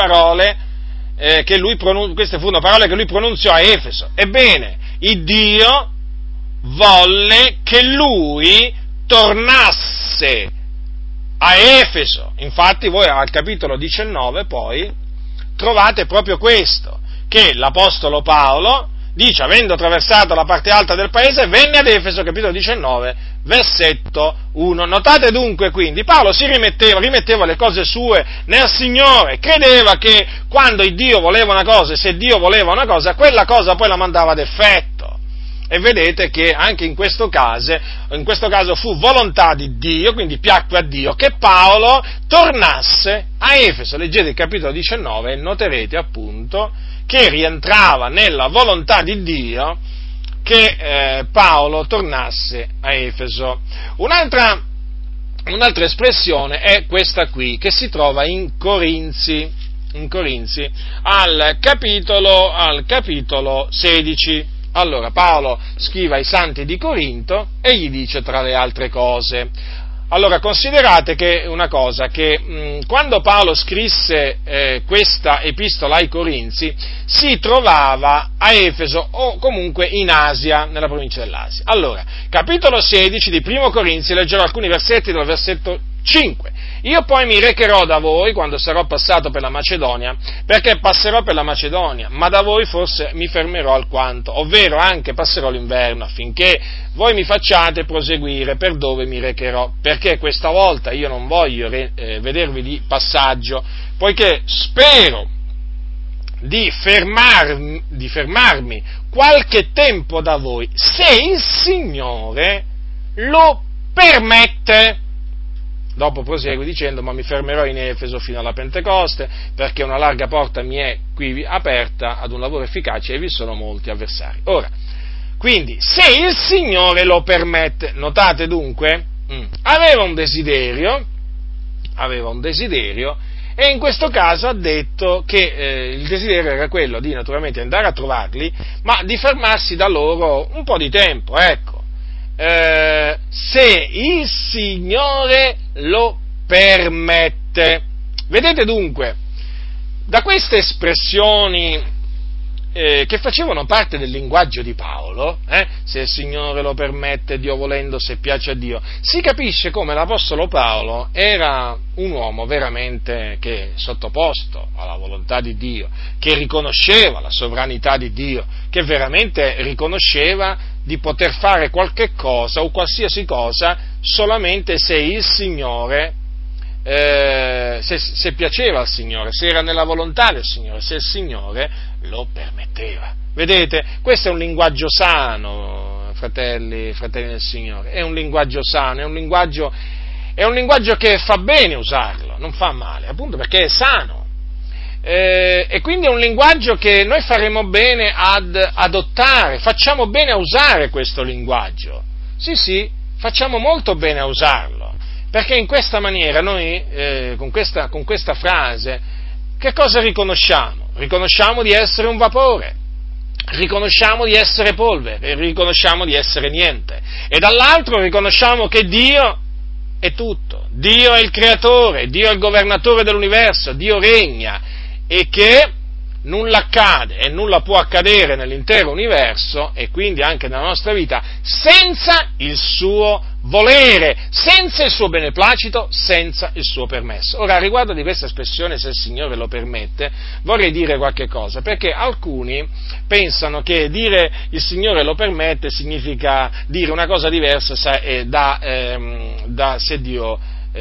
furono parole che lui pronunziò a Efeso. Ebbene, il Dio volle che lui tornasse a Efeso. Infatti voi al capitolo 19 poi trovate proprio questo, che l'Apostolo Paolo dice, avendo attraversato la parte alta del paese, venne ad Efeso, capitolo 19, versetto 1. Notate dunque quindi, Paolo rimetteva le cose sue nel Signore, credeva che quando il Dio voleva una cosa, e se Dio voleva una cosa, quella cosa poi la mandava ad effetto. E vedete che anche in questo caso fu volontà di Dio, quindi piacque a Dio, che Paolo tornasse a Efeso. Leggete il capitolo 19 e noterete appunto che rientrava nella volontà di Dio che Paolo tornasse a Efeso. Un'altra espressione è questa qui, che si trova in Corinzi al capitolo 16. Allora, Paolo scrive ai santi di Corinto e gli dice tra le altre cose. Allora, considerate che quando Paolo scrisse questa epistola ai Corinzi, si trovava a Efeso o comunque in Asia, nella provincia dell'Asia. Allora, capitolo 16 di Primo Corinzi, leggerò alcuni versetti dal versetto 5. Io poi mi recherò da voi quando sarò passato per la Macedonia, perché passerò per la Macedonia, ma da voi forse mi fermerò alquanto, ovvero anche passerò l'inverno, affinché voi mi facciate proseguire per dove mi recherò, perché questa volta io non voglio vedervi di passaggio, poiché spero di fermarmi qualche tempo da voi, se il Signore lo permette. Dopo prosegue dicendo, ma mi fermerò in Efeso fino alla Pentecoste, perché una larga porta mi è qui aperta ad un lavoro efficace e vi sono molti avversari. Ora, quindi, se il Signore lo permette, notate dunque, aveva un desiderio, e in questo caso ha detto che il desiderio era quello di naturalmente andare a trovarli, ma di fermarsi da loro un po' di tempo, ecco. Se il Signore lo permette. Vedete dunque, da queste espressioni che facevano parte del linguaggio di Paolo, se il Signore lo permette, Dio volendo, se piace a Dio, si capisce come l'Apostolo Paolo era un uomo veramente che sottoposto alla volontà di Dio, che riconosceva la sovranità di Dio, che veramente riconosceva di poter fare qualche cosa o qualsiasi cosa solamente se il Signore, se piaceva al Signore, se era nella volontà del Signore, se il Signore lo permetteva. Vedete? Questo è un linguaggio sano, fratelli del Signore, è un linguaggio sano, è un linguaggio che fa bene usarlo, non fa male, appunto perché è sano. E quindi è un linguaggio che noi faremo bene ad adottare, facciamo bene a usare questo linguaggio, Sì, facciamo molto bene a usarlo, perché in questa maniera noi, con questa frase, che cosa riconosciamo? Riconosciamo di essere un vapore, riconosciamo di essere polvere, riconosciamo di essere niente, e dall'altro riconosciamo che Dio è tutto, Dio è il creatore, Dio è il governatore dell'universo, Dio regna, e che nulla accade e nulla può accadere nell'intero universo, e quindi anche nella nostra vita, senza il suo volere, senza il suo beneplacito, senza il suo permesso. Ora, riguardo di questa espressione, se il Signore lo permette, vorrei dire qualche cosa, perché alcuni pensano che dire il Signore lo permette significa dire una cosa diversa da se Dio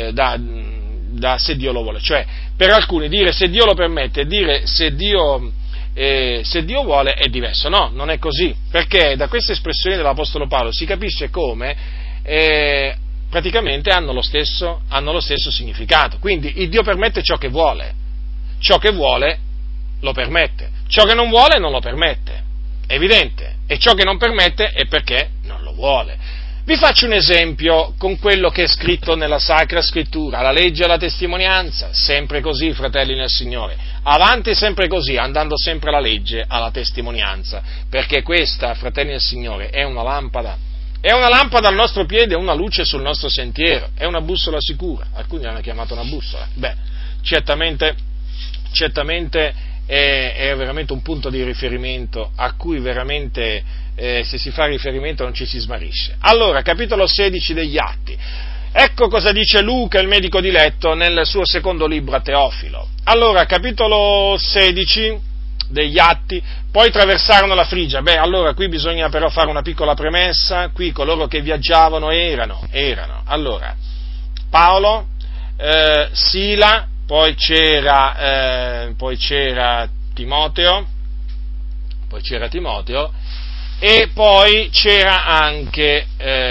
lo vuole, cioè per alcuni dire se Dio lo permette e dire se Dio vuole è diverso. No, non è così, perché da queste espressioni dell'Apostolo Paolo si capisce come praticamente hanno lo stesso significato. Quindi il Dio permette ciò che vuole lo permette, ciò che non vuole non lo permette, è evidente, e ciò che non permette è perché non lo vuole. Vi faccio un esempio con quello che è scritto nella Sacra Scrittura, la legge e la testimonianza, sempre così, fratelli nel Signore, avanti sempre così, andando sempre alla legge, alla testimonianza, perché questa, fratelli nel Signore, è una lampada al nostro piede, è una luce sul nostro sentiero, è una bussola sicura, alcuni l'hanno chiamata una bussola, certamente è veramente un punto di riferimento a cui veramente se si fa riferimento non ci si smarrisce. Allora, capitolo 16 degli Atti. Ecco cosa dice Luca, il medico diletto, nel suo secondo libro a Teofilo. Allora, capitolo 16 degli Atti, poi traversarono la Frigia. Allora qui bisogna però fare una piccola premessa, qui coloro che viaggiavano erano. Allora, Paolo, Sila, poi c'era Timoteo, e poi c'era anche,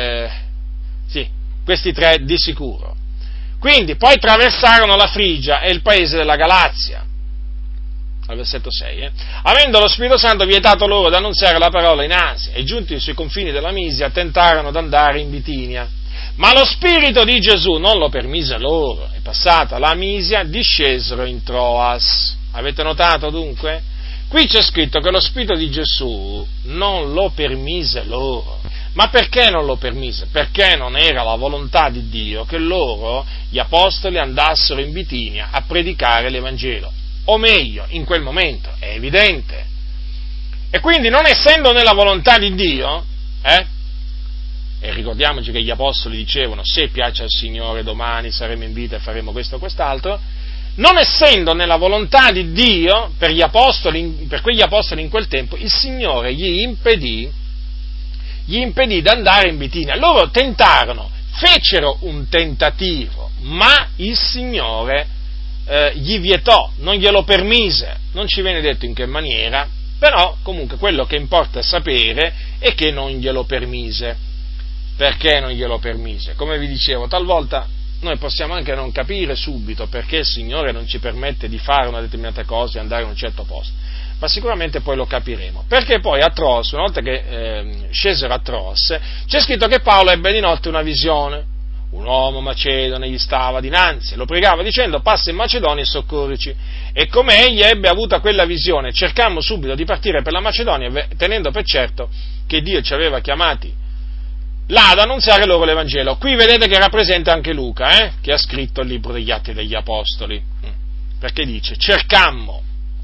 questi tre di sicuro. Quindi poi traversarono la Frigia e il paese della Galazia, al versetto 6, avendo lo Spirito Santo vietato loro di annunziare la parola in Asia, e giunti sui confini della Misia tentarono di andare in Bitinia. Ma lo Spirito di Gesù non lo permise loro, e passata la Misia discesero in Troas. Avete notato dunque? Qui c'è scritto che lo Spirito di Gesù non lo permise loro. Ma perché non lo permise? Perché non era la volontà di Dio che loro, gli apostoli, andassero in Bitinia a predicare l'Evangelo. O meglio, in quel momento, è evidente. E quindi, non essendo nella volontà di Dio, e ricordiamoci che gli apostoli dicevano: se piace al Signore domani saremo in vita e faremo questo o quest'altro, non essendo nella volontà di Dio per quegli apostoli in quel tempo, il Signore gli impedì di andare in Bitinia. Loro tentarono, fecero un tentativo, ma il Signore gli vietò, non glielo permise, non ci viene detto in che maniera, però comunque quello che importa sapere è che non glielo permise. Perché non glielo permise? Come vi dicevo, talvolta noi possiamo anche non capire subito perché il Signore non ci permette di fare una determinata cosa e andare in un certo posto, ma sicuramente poi lo capiremo. Perché poi a Troas, una volta che scesero a Troas, c'è scritto che Paolo ebbe di notte una visione. Un uomo macedone gli stava dinanzi, lo pregava dicendo: passa in Macedonia e soccorrici. E come egli ebbe avuta quella visione, cercammo subito di partire per la Macedonia, tenendo per certo che Dio ci aveva chiamati là ad annunziare loro l'Evangelo. Qui vedete che era presente anche Luca, che ha scritto il libro degli Atti degli Apostoli, perché dice: cercammo.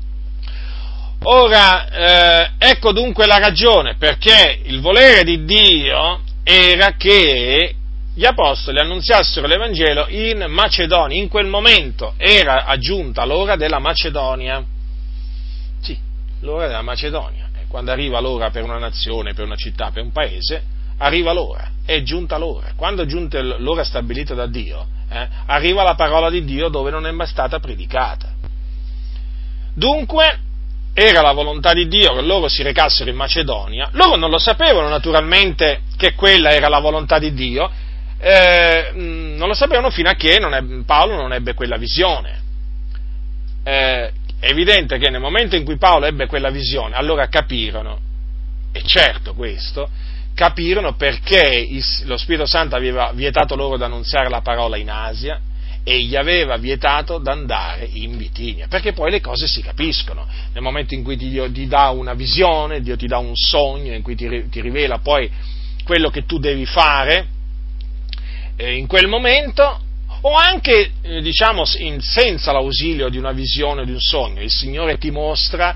Ora, ecco dunque la ragione, perché il volere di Dio era che gli Apostoli annunziassero l'Evangelo in Macedonia. In quel momento era aggiunta l'ora della Macedonia. Sì, l'ora della Macedonia. Quando arriva l'ora per una nazione, per una città, per un paese, arriva l'ora, è giunta l'ora. Quando è giunta l'ora stabilita da Dio, arriva la parola di Dio dove non è mai stata predicata. Dunque, era la volontà di Dio che loro si recassero in Macedonia. Loro non lo sapevano naturalmente che quella era la volontà di Dio, non lo sapevano fino a che Paolo non ebbe quella visione. È evidente che nel momento in cui Paolo ebbe quella visione, allora capirono, è certo questo, capirono perché lo Spirito Santo aveva vietato loro di annunziare la parola in Asia e gli aveva vietato di andare in Bitinia, perché poi le cose si capiscono. Nel momento in cui Dio ti dà una visione, Dio ti dà un sogno, in cui ti rivela poi quello che tu devi fare in quel momento, o anche senza l'ausilio di una visione o di un sogno, il Signore ti mostra,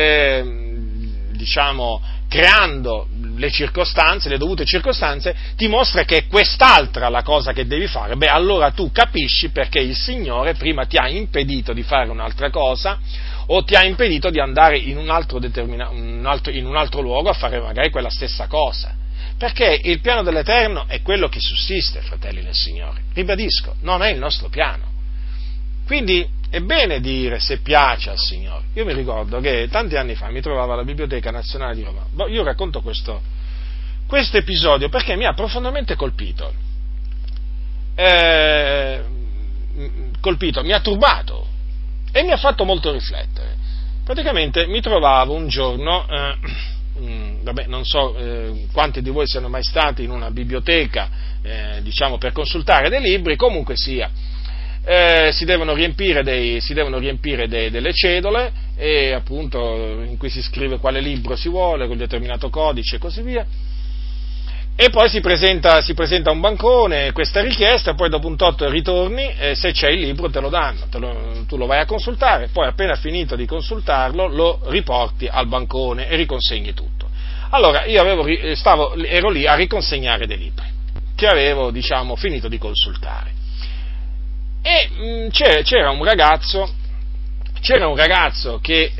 creando le circostanze, le dovute circostanze, ti mostra che è quest'altra la cosa che devi fare. Allora tu capisci perché il Signore prima ti ha impedito di fare un'altra cosa, o ti ha impedito di andare in un altro luogo a fare magari quella stessa cosa. Perché il piano dell'Eterno è quello che sussiste, fratelli del Signore. Ribadisco, non è il nostro piano. Quindi è bene dire se piace al Signore. Io mi ricordo che tanti anni fa mi trovavo alla Biblioteca Nazionale di Roma. Io racconto questo episodio perché mi ha profondamente colpito. Mi ha turbato e mi ha fatto molto riflettere. Praticamente mi trovavo un giorno, non so quanti di voi siano mai stati in una biblioteca, per consultare dei libri, comunque sia. Si devono riempire delle cedole, e appunto in cui si scrive quale libro si vuole, con un determinato codice e così via, e poi si presenta un bancone questa richiesta, poi dopo un tot ritorni, se c'è il libro te lo danno, tu lo vai a consultare, poi appena finito di consultarlo lo riporti al bancone e riconsegni tutto. Allora io ero lì a riconsegnare dei libri che avevo finito di consultare. E c'era un ragazzo che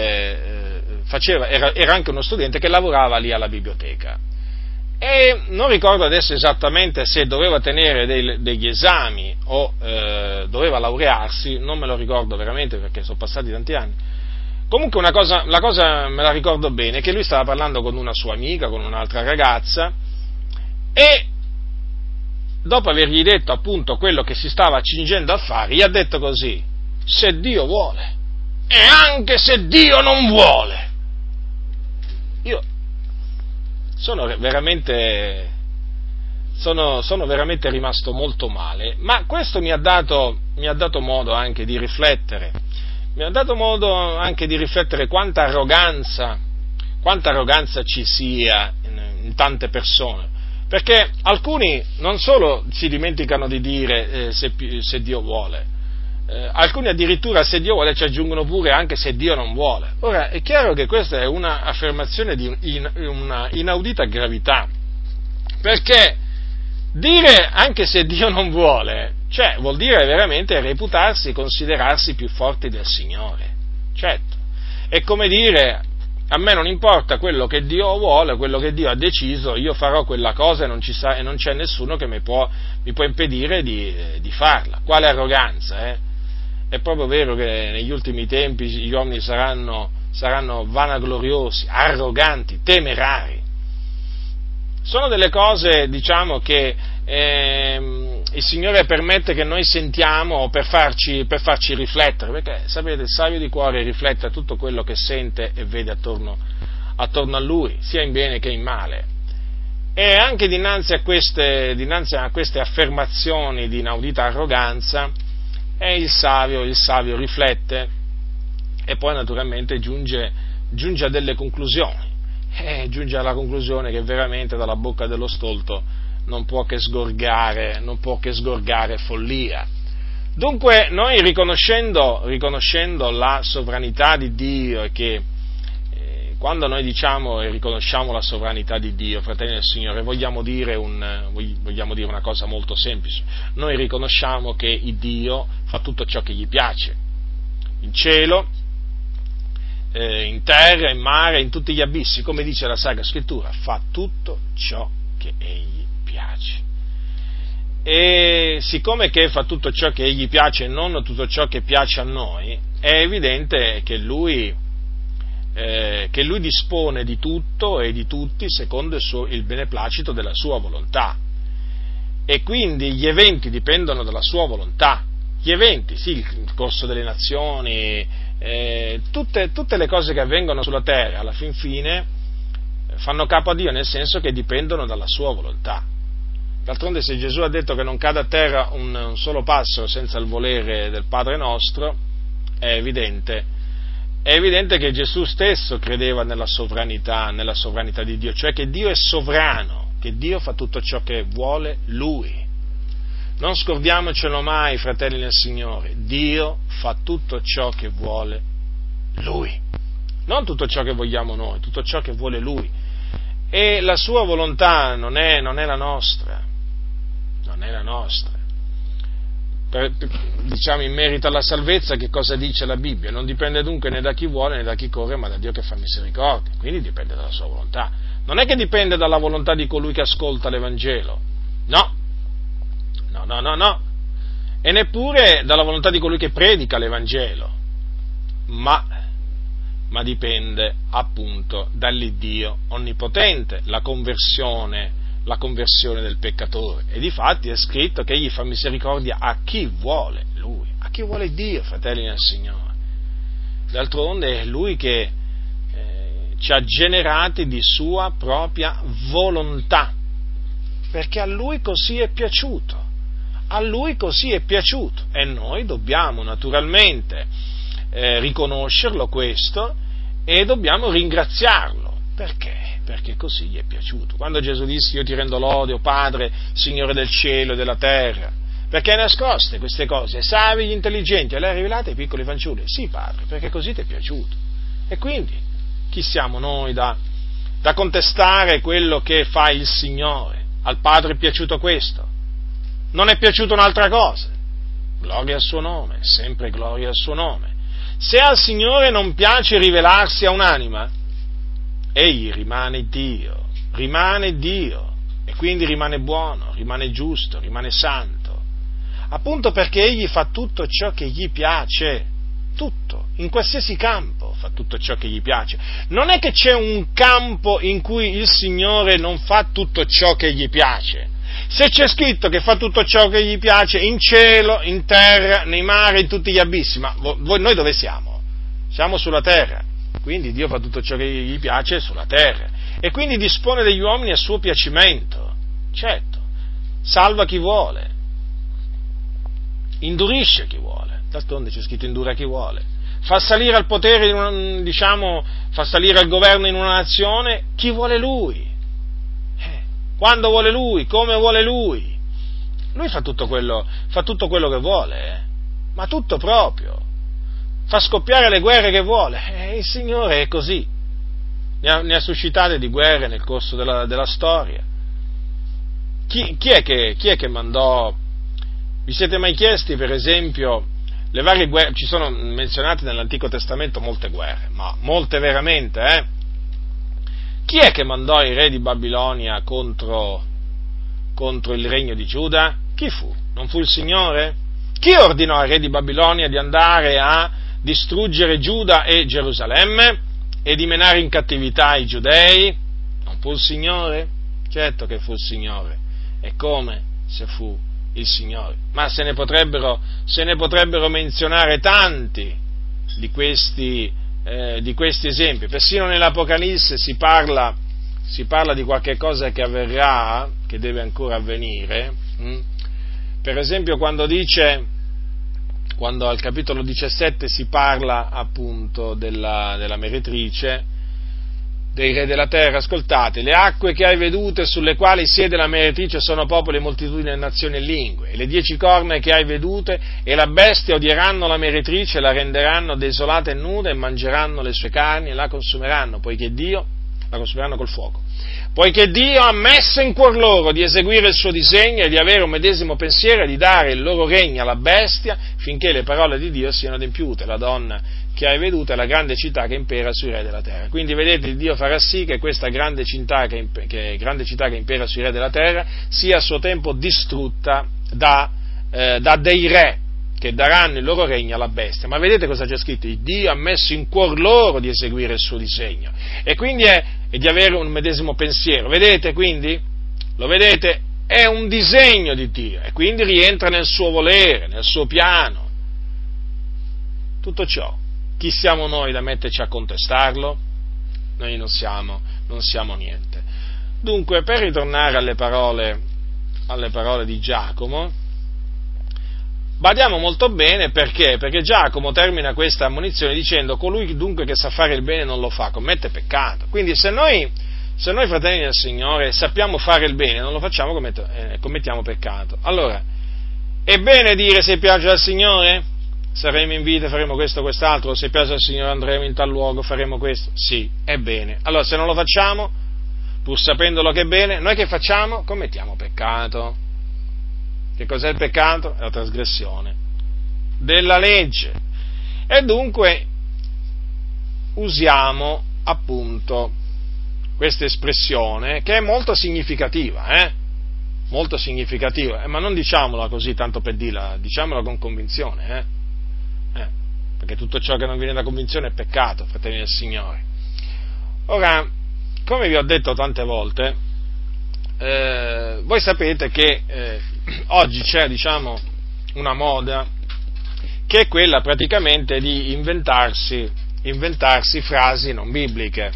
era anche uno studente che lavorava lì alla biblioteca, e non ricordo adesso esattamente se doveva tenere degli esami o doveva laurearsi, non me lo ricordo veramente perché sono passati tanti anni. Comunque la cosa me la ricordo bene, che lui stava parlando con una sua amica, con un'altra ragazza, e dopo avergli detto appunto quello che si stava accingendo a fare, gli ha detto così: se Dio vuole, e anche se Dio non vuole. Io sono veramente rimasto molto male, ma questo mi ha dato modo anche di riflettere, quanta arroganza ci sia in tante persone. Perché alcuni non solo si dimenticano di dire se Dio vuole, alcuni addirittura se Dio vuole ci aggiungono pure anche se Dio non vuole. Ora è chiaro che questa è un'affermazione di una inaudita gravità, perché dire anche se Dio non vuole, vuol dire veramente reputarsi, considerarsi più forti del Signore. Certo, è come dire: a me non importa quello che Dio vuole, quello che Dio ha deciso, io farò quella cosa e non c'è nessuno che mi può impedire di farla. Quale arroganza, eh? È proprio vero che negli ultimi tempi gli uomini saranno vanagloriosi, arroganti, temerari. Sono delle cose, che il Signore permette che noi sentiamo per farci riflettere, perché sapete, il savio di cuore riflette a tutto quello che sente e vede attorno a lui, sia in bene che in male. E anche dinanzi a queste affermazioni di inaudita arroganza, il savio riflette e poi naturalmente giunge a delle conclusioni. Giunge alla conclusione che veramente dalla bocca dello stolto non può che sgorgare follia. Dunque noi riconoscendo la sovranità di Dio, e che quando noi diciamo e riconosciamo la sovranità di Dio, fratelli del Signore, vogliamo dire una cosa molto semplice: noi riconosciamo che il Dio fa tutto ciò che gli piace, in cielo, in terra, in mare, in tutti gli abissi, come dice la Sacra Scrittura, fa tutto ciò che egli piace. E siccome che fa tutto ciò che egli piace e non tutto ciò che piace a noi, è evidente che lui dispone di tutto e di tutti secondo il beneplacito della sua volontà, e quindi gli eventi dipendono dalla sua volontà. Gli eventi, sì, il corso delle nazioni, tutte le cose che avvengono sulla terra, alla fin fine fanno capo a Dio nel senso che dipendono dalla sua volontà. D'altronde, se Gesù ha detto che non cade a terra un solo passero senza il volere del Padre nostro, è evidente che Gesù stesso credeva nella sovranità di Dio, cioè che Dio è sovrano, che Dio fa tutto ciò che vuole Lui. Non scordiamocelo mai, fratelli nel Signore, Dio fa tutto ciò che vuole Lui, non tutto ciò che vogliamo noi, tutto ciò che vuole Lui. E la sua volontà non è la nostra, non è la nostra. Diciamo, in merito alla salvezza, che cosa dice la Bibbia? Non dipende dunque né da chi vuole né da chi corre, ma da Dio che fa misericordia, quindi dipende dalla sua volontà. Non è che dipende dalla volontà di colui che ascolta l'Evangelo, no, e neppure dalla volontà di colui che predica l'Evangelo, ma dipende appunto dall'Iddio onnipotente, la conversione del peccatore. E difatti è scritto che egli fa misericordia a chi vuole Lui, a chi vuole Dio, fratelli nel Signore. D'altronde è Lui che ci ha generati di sua propria volontà, perché a Lui così è piaciuto, e noi dobbiamo naturalmente riconoscerlo questo e dobbiamo ringraziarlo. Perché? Perché così gli è piaciuto. Quando Gesù disse: io ti rendo lode, o Padre, Signore del cielo e della terra, perché hai nascoste queste cose ai savi e gli intelligenti e le hai rivelate ai piccoli fanciulli? Sì, Padre, perché così ti è piaciuto. E quindi chi siamo noi da contestare quello che fa il Signore? Al Padre è piaciuto questo, non è piaciuta un'altra cosa. Gloria al suo nome, sempre gloria al suo nome. Se al Signore non piace rivelarsi a un'anima, egli rimane Dio, e quindi rimane buono, rimane giusto, rimane santo, appunto perché egli fa tutto ciò che gli piace, tutto, in qualsiasi campo fa tutto ciò che gli piace. Non è che c'è un campo in cui il Signore non fa tutto ciò che gli piace. Se c'è scritto che fa tutto ciò che gli piace in cielo, in terra, nei mari, in tutti gli abissi, ma noi dove siamo? Siamo sulla terra. Quindi Dio fa tutto ciò che gli piace sulla terra, e quindi dispone degli uomini a suo piacimento, certo, salva chi vuole, indurisce chi vuole, d'altronde c'è scritto indura chi vuole, fa salire al potere, fa salire al governo in una nazione chi vuole Lui, quando vuole Lui, come vuole Lui. Lui fa tutto quello che vuole, ma tutto proprio. Fa scoppiare le guerre che vuole, il Signore è così, ne ha suscitate di guerre nel corso della storia. Chi è che mandò? Vi siete mai chiesti, per esempio, le varie guerre? Ci sono menzionate nell'Antico Testamento molte guerre, ma molte veramente, Chi è che mandò i re di Babilonia contro il regno di Giuda? Chi fu? Non fu il Signore? Chi ordinò ai re di Babilonia di andare a distruggere Giuda e Gerusalemme e di menare in cattività i giudei? Non fu il Signore? Certo che fu il Signore. E come se fu il Signore? Ma se ne potrebbero menzionare tanti di questi esempi. Persino nell'Apocalisse si parla di qualche cosa che avverrà, che deve ancora avvenire. Per esempio quando al capitolo 17 si parla appunto della meretrice, dei re della terra, ascoltate: le acque che hai vedute sulle quali siede la meretrice sono popoli, moltitudini, nazioni e lingue, e le 10 corna che hai vedute e la bestia odieranno la meretrice, la renderanno desolata e nuda, e mangeranno le sue carni e la consumeranno col fuoco. Poiché Dio ha messo in cuor loro di eseguire il suo disegno e di avere un medesimo pensiero e di dare il loro regno alla bestia, finché le parole di Dio siano adempiute. La donna che hai veduto è la grande città che impera sui re della terra. Quindi vedete, Dio farà sì che questa grande città che impera sui re della terra sia a suo tempo distrutta da dei re che daranno il loro regno alla bestia. Ma vedete cosa c'è scritto? Dio ha messo in cuor loro di eseguire il suo disegno, e quindi è di avere un medesimo pensiero. Vedete quindi? Lo vedete? È un disegno di Dio, e quindi rientra nel suo volere, nel suo piano. Tutto ciò, chi siamo noi da metterci a contestarlo? noi non siamo niente. Dunque, per ritornare alle parole di Giacomo, badiamo molto bene perché Giacomo termina questa ammonizione dicendo: colui dunque che sa fare il bene non lo fa, commette peccato. Quindi se noi fratelli del Signore sappiamo fare il bene, non lo facciamo, commettiamo peccato. Allora, è bene dire: se piace al Signore saremo in vita, faremo questo o quest'altro, se piace al Signore andremo in tal luogo, faremo questo. Sì, è bene. Allora, se non lo facciamo, pur sapendolo che è bene, noi che facciamo? Commettiamo peccato. Che cos'è il peccato? È la trasgressione della legge. E dunque usiamo appunto questa espressione che è molto significativa, ma non diciamola così tanto per dirla, diciamola con convinzione, perché tutto ciò che non viene da convinzione è peccato, fratelli del Signore. Ora, come vi ho detto tante volte, voi sapete che oggi c'è, una moda che è quella praticamente di inventarsi frasi non bibliche,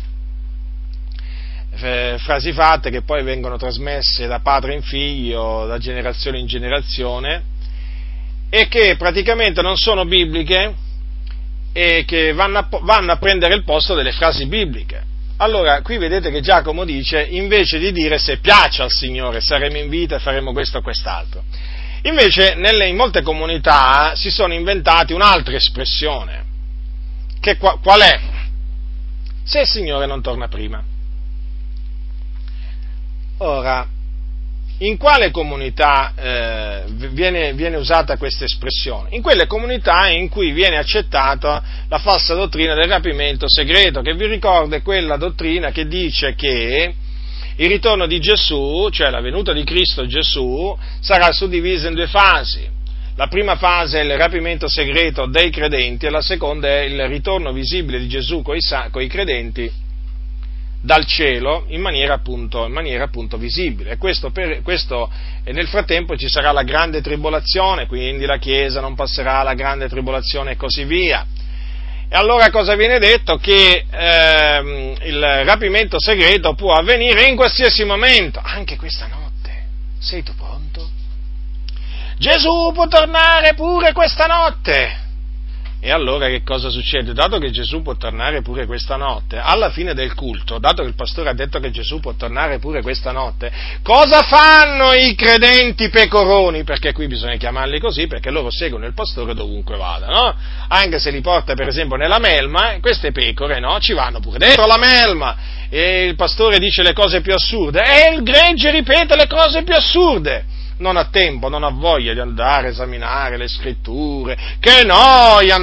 frasi fatte che poi vengono trasmesse da padre in figlio, da generazione in generazione, e che praticamente non sono bibliche e che vanno a prendere il posto delle frasi bibliche. Allora, qui vedete che Giacomo dice, invece di dire se piace al Signore saremo in vita e faremo questo o quest'altro, invece in molte comunità si sono inventati un'altra espressione, che qual è? Se il Signore non torna prima. Ora, in quale comunità viene usata questa espressione? In quelle comunità in cui viene accettata la falsa dottrina del rapimento segreto, che vi ricordo è quella dottrina che dice che il ritorno di Gesù, cioè la venuta di Cristo Gesù, sarà suddivisa in due fasi. La prima fase è il rapimento segreto dei credenti e la seconda è il ritorno visibile di Gesù coi credenti dal cielo in maniera appunto visibile. E questo nel frattempo ci sarà la grande tribolazione, quindi la Chiesa non passerà la grande tribolazione e così via. E allora cosa viene detto? Che il rapimento segreto può avvenire in qualsiasi momento, anche questa notte. Sei tu pronto? Gesù può tornare pure questa notte. E allora che cosa succede? Dato che Gesù può tornare pure questa notte, alla fine del culto, dato che il pastore ha detto che Gesù può tornare pure questa notte, cosa fanno i credenti pecoroni? Perché qui bisogna chiamarli così, perché loro seguono il pastore dovunque vada, no? Anche se li porta per esempio nella melma, queste pecore, no? Ci vanno pure dentro la melma, e il pastore dice le cose più assurde, e il gregge ripete le cose più assurde. Non ha tempo, non ha voglia di andare a esaminare le scritture, che noia,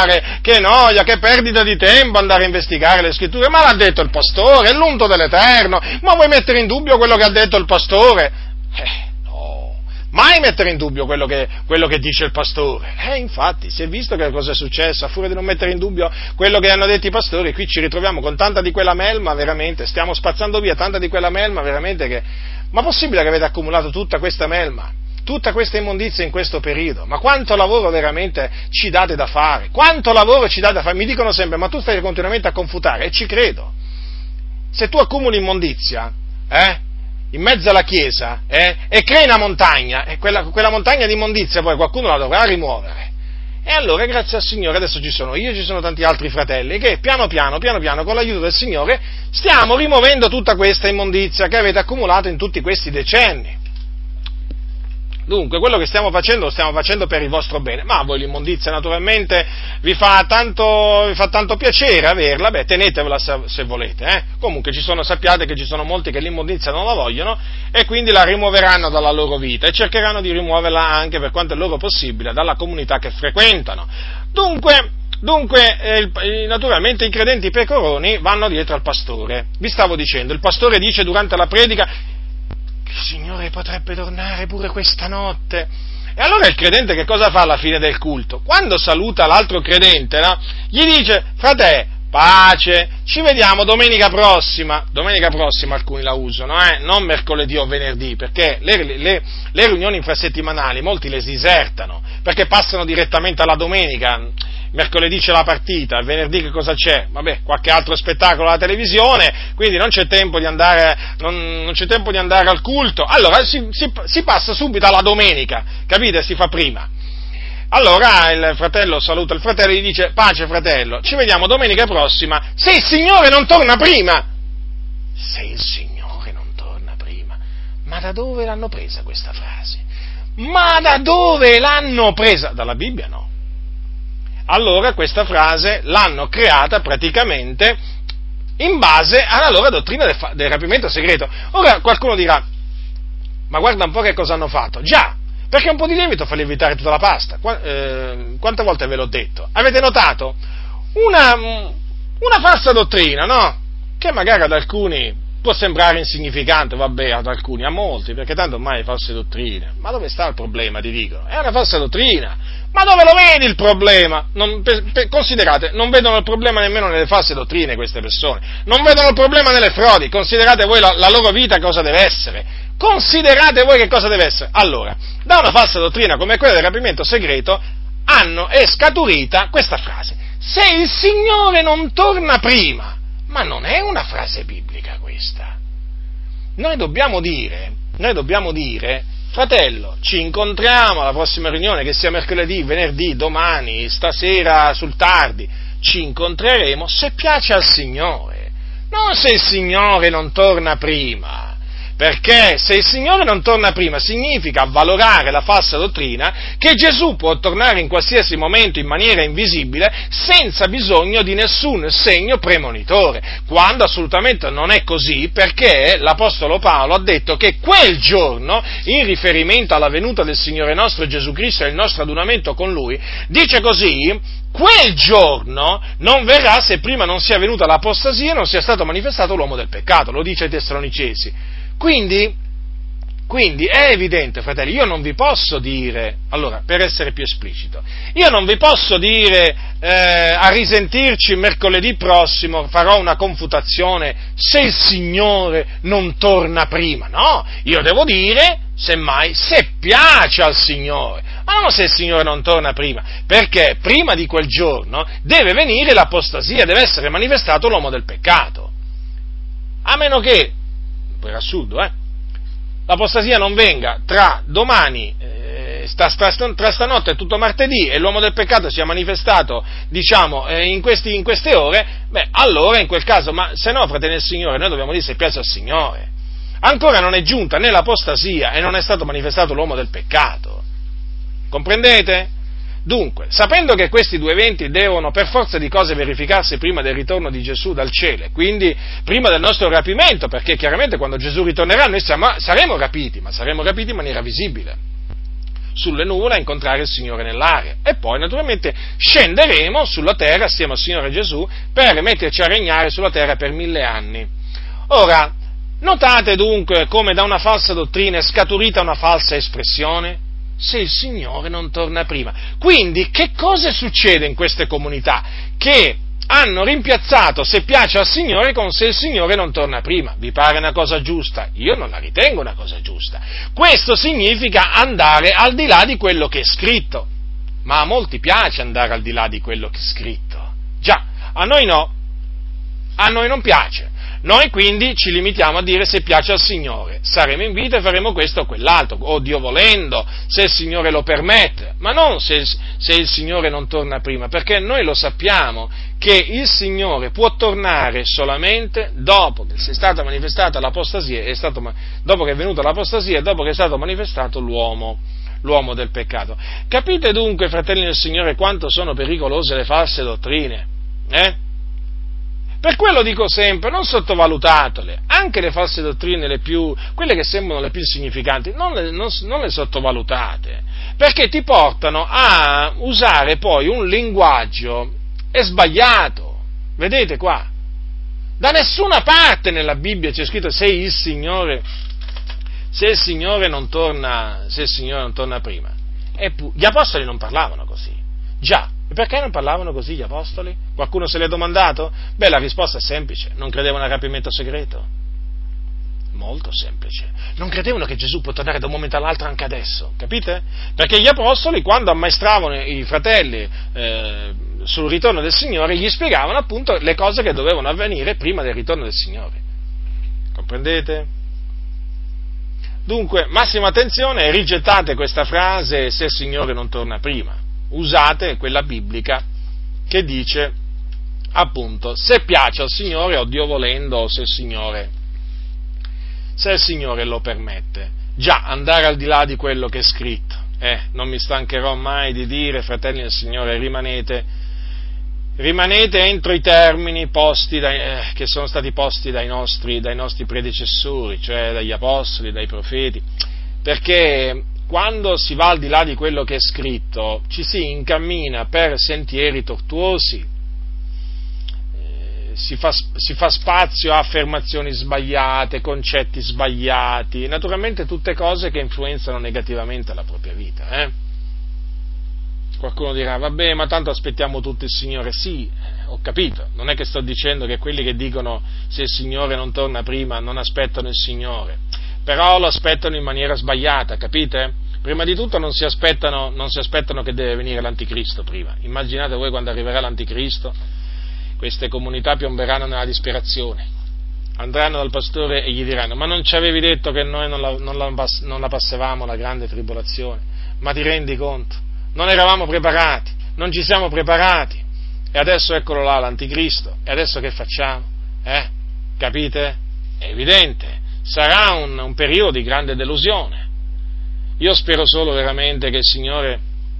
che perdita di tempo andare a investigare le scritture, ma l'ha detto il pastore, è l'unto dell'Eterno, ma vuoi mettere in dubbio quello che ha detto il pastore? No, mai mettere in dubbio quello che dice il pastore. Infatti, si è visto che cosa è successo, a furia di non mettere in dubbio quello che hanno detto i pastori, qui ci ritroviamo con tanta di quella melma, veramente, stiamo spazzando via tanta di quella melma, veramente che... Ma possibile che avete accumulato tutta questa melma, tutta questa immondizia in questo periodo? Ma quanto lavoro veramente ci date da fare? Quanto lavoro ci date da fare? Mi dicono sempre, ma tu stai continuamente a confutare, e ci credo. Se tu accumuli immondizia, in mezzo alla chiesa, e crei una montagna, e quella montagna di immondizia poi qualcuno la dovrà rimuovere. E allora, grazie al Signore, adesso ci sono tanti altri fratelli che piano piano, con l'aiuto del Signore, stiamo rimuovendo tutta questa immondizia che avete accumulato in tutti questi decenni. Dunque, quello che stiamo facendo, lo stiamo facendo per il vostro bene, ma a voi l'immondizia naturalmente vi fa tanto piacere averla, tenetevela se volete, Comunque sappiate che ci sono molti che l'immondizia non la vogliono e quindi la rimuoveranno dalla loro vita e cercheranno di rimuoverla anche per quanto è loro possibile dalla comunità che frequentano. Dunque, naturalmente i credenti pecoroni vanno dietro al pastore. Vi stavo dicendo, il pastore dice durante la predica: il Signore potrebbe tornare pure questa notte. E allora il credente che cosa fa alla fine del culto? Quando saluta l'altro credente, no? Gli dice: frate, pace, ci vediamo domenica prossima. Domenica prossima alcuni la usano, non mercoledì o venerdì, perché le riunioni infrasettimanali molti le disertano, perché passano direttamente alla domenica. mercoledì c'è la partita, il venerdì che cosa c'è? Vabbè, qualche altro spettacolo alla televisione, quindi non c'è tempo di andare, non c'è tempo di andare al culto, allora si passa subito alla domenica, capite? Si fa prima. Allora il fratello saluta il fratello e gli dice: pace fratello, ci vediamo domenica prossima, se il Signore non torna prima. Se il Signore non torna prima. Ma da dove l'hanno presa questa frase? Ma da dove l'hanno presa? Dalla Bibbia no. Allora questa frase l'hanno creata praticamente in base alla loro dottrina del rapimento segreto. Ora qualcuno dirà: ma guarda un po' che cosa hanno fatto. Già, perché un po' di lievito fa lievitare tutta la pasta. Quante volte ve l'ho detto? Avete notato? Una falsa dottrina, no? Che magari ad alcuni può sembrare insignificante, vabbè, ad alcuni, a molti, perché tanto ormai false dottrine. Ma dove sta il problema, ti dicono? È una falsa dottrina. Ma dove lo vedi il problema? Considerate, non vedono il problema nemmeno nelle false dottrine queste persone. Non vedono il problema nelle frodi. Considerate voi la loro vita cosa deve essere. Considerate voi che cosa deve essere. Allora, da una falsa dottrina come quella del rapimento segreto è scaturita questa frase: se il Signore non torna prima. Ma non è una frase biblica questa. Noi dobbiamo dire, fratello, ci incontriamo alla prossima riunione, che sia mercoledì, venerdì, domani, stasera sul tardi, ci incontreremo se piace al Signore, non se il Signore non torna prima. Perché se il Signore non torna prima significa avvalorare la falsa dottrina che Gesù può tornare in qualsiasi momento in maniera invisibile senza bisogno di nessun segno premonitore, quando assolutamente non è così, perché l'Apostolo Paolo ha detto che quel giorno, in riferimento alla venuta del Signore nostro Gesù Cristo e il nostro adunamento con Lui, dice così: quel giorno non verrà se prima non sia venuta l'apostasia e non sia stato manifestato l'uomo del peccato, lo dice ai Tessalonicesi. Quindi è evidente, fratelli, io non vi posso dire, allora, per essere più esplicito, io non vi posso dire a risentirci mercoledì prossimo, farò una confutazione se il Signore non torna prima, no, io devo dire, semmai, se piace al Signore, ma non se il Signore non torna prima, perché prima di quel giorno deve venire l'apostasia, deve essere manifestato l'uomo del peccato, a meno che, per assurdo, l'apostasia non venga tra domani, tra stanotte e tutto martedì, e l'uomo del peccato sia manifestato, diciamo, in queste ore, allora in quel caso, ma se no, fratelli del Signore, noi dobbiamo dire se piace al Signore. Ancora non è giunta né l'apostasia e non è stato manifestato l'uomo del peccato. Comprendete? Dunque, sapendo che questi due eventi devono per forza di cose verificarsi prima del ritorno di Gesù dal cielo, quindi prima del nostro rapimento, perché chiaramente quando Gesù ritornerà noi saremo rapiti, ma saremo rapiti in maniera visibile, sulle nuvole a incontrare il Signore nell'aria, e poi naturalmente scenderemo sulla terra assieme al Signore Gesù per metterci a regnare sulla terra per 1000 anni. Ora, notate dunque come da una falsa dottrina è scaturita una falsa espressione? Se il Signore non torna prima. Quindi che cosa succede in queste comunità? Che hanno rimpiazzato se piace al Signore con se il Signore non torna prima. Vi pare una cosa giusta? Io non la ritengo una cosa giusta. Questo significa andare al di là di quello che è scritto. Ma a molti piace andare al di là di quello che è scritto. Già, a noi no. A noi non piace. Noi quindi ci limitiamo a dire se piace al Signore, saremo in vita e faremo questo o quell'altro, o Dio volendo, se il Signore lo permette, ma non se il Signore non torna prima, perché noi lo sappiamo che il Signore può tornare solamente dopo che sia stata manifestata l'apostasia, dopo che è venuta l'apostasia e dopo che è stato manifestato l'uomo del peccato. Capite dunque, fratelli del Signore, quanto sono pericolose le false dottrine? Per quello dico sempre, non sottovalutatele, anche le false dottrine, quelle che sembrano le più insignificanti, non le sottovalutate, perché ti portano a usare poi un linguaggio sbagliato. Vedete qua? Da nessuna parte nella Bibbia c'è scritto se il Signore non torna prima. Gli apostoli non parlavano così. Già. E perché non parlavano così gli apostoli? Qualcuno se l'è domandato? La risposta è semplice, non credevano al rapimento segreto. Molto semplice. Non credevano che Gesù può tornare da un momento all'altro anche adesso, capite? Perché gli apostoli, quando ammaestravano i fratelli sul ritorno del Signore, gli spiegavano appunto le cose che dovevano avvenire prima del ritorno del Signore. Comprendete? Dunque, massima attenzione, rigettate questa frase "se il Signore non torna prima", usate quella biblica che dice appunto "se piace al Signore o Dio volendo o se il Signore lo permette". Già, andare al di là di quello che è scritto. Non mi stancherò mai di dire, fratelli del Signore, rimanete entro i termini che sono stati posti dai nostri predecessori, cioè dagli apostoli, dai profeti, perché quando si va al di là di quello che è scritto ci si incammina per sentieri tortuosi, si fa spazio a affermazioni sbagliate, concetti sbagliati, naturalmente tutte cose che influenzano negativamente la propria vita. Qualcuno dirà, vabbè, ma tanto aspettiamo tutto il Signore. Sì, ho capito, non è che sto dicendo che quelli che dicono "se il Signore non torna prima" non aspettano il Signore, però lo aspettano in maniera sbagliata, capite? Prima di tutto non si aspettano che deve venire l'Anticristo prima. Immaginate voi quando arriverà l'Anticristo, queste comunità piomberanno nella disperazione, andranno dal pastore e gli diranno: ma non ci avevi detto che noi non la passavamo la grande tribolazione? Ma ti rendi conto? Non eravamo preparati, non ci siamo preparati, e adesso eccolo là l'Anticristo, e adesso che facciamo? Capite? È evidente, sarà un periodo di grande delusione. Io spero solo veramente che il Signore,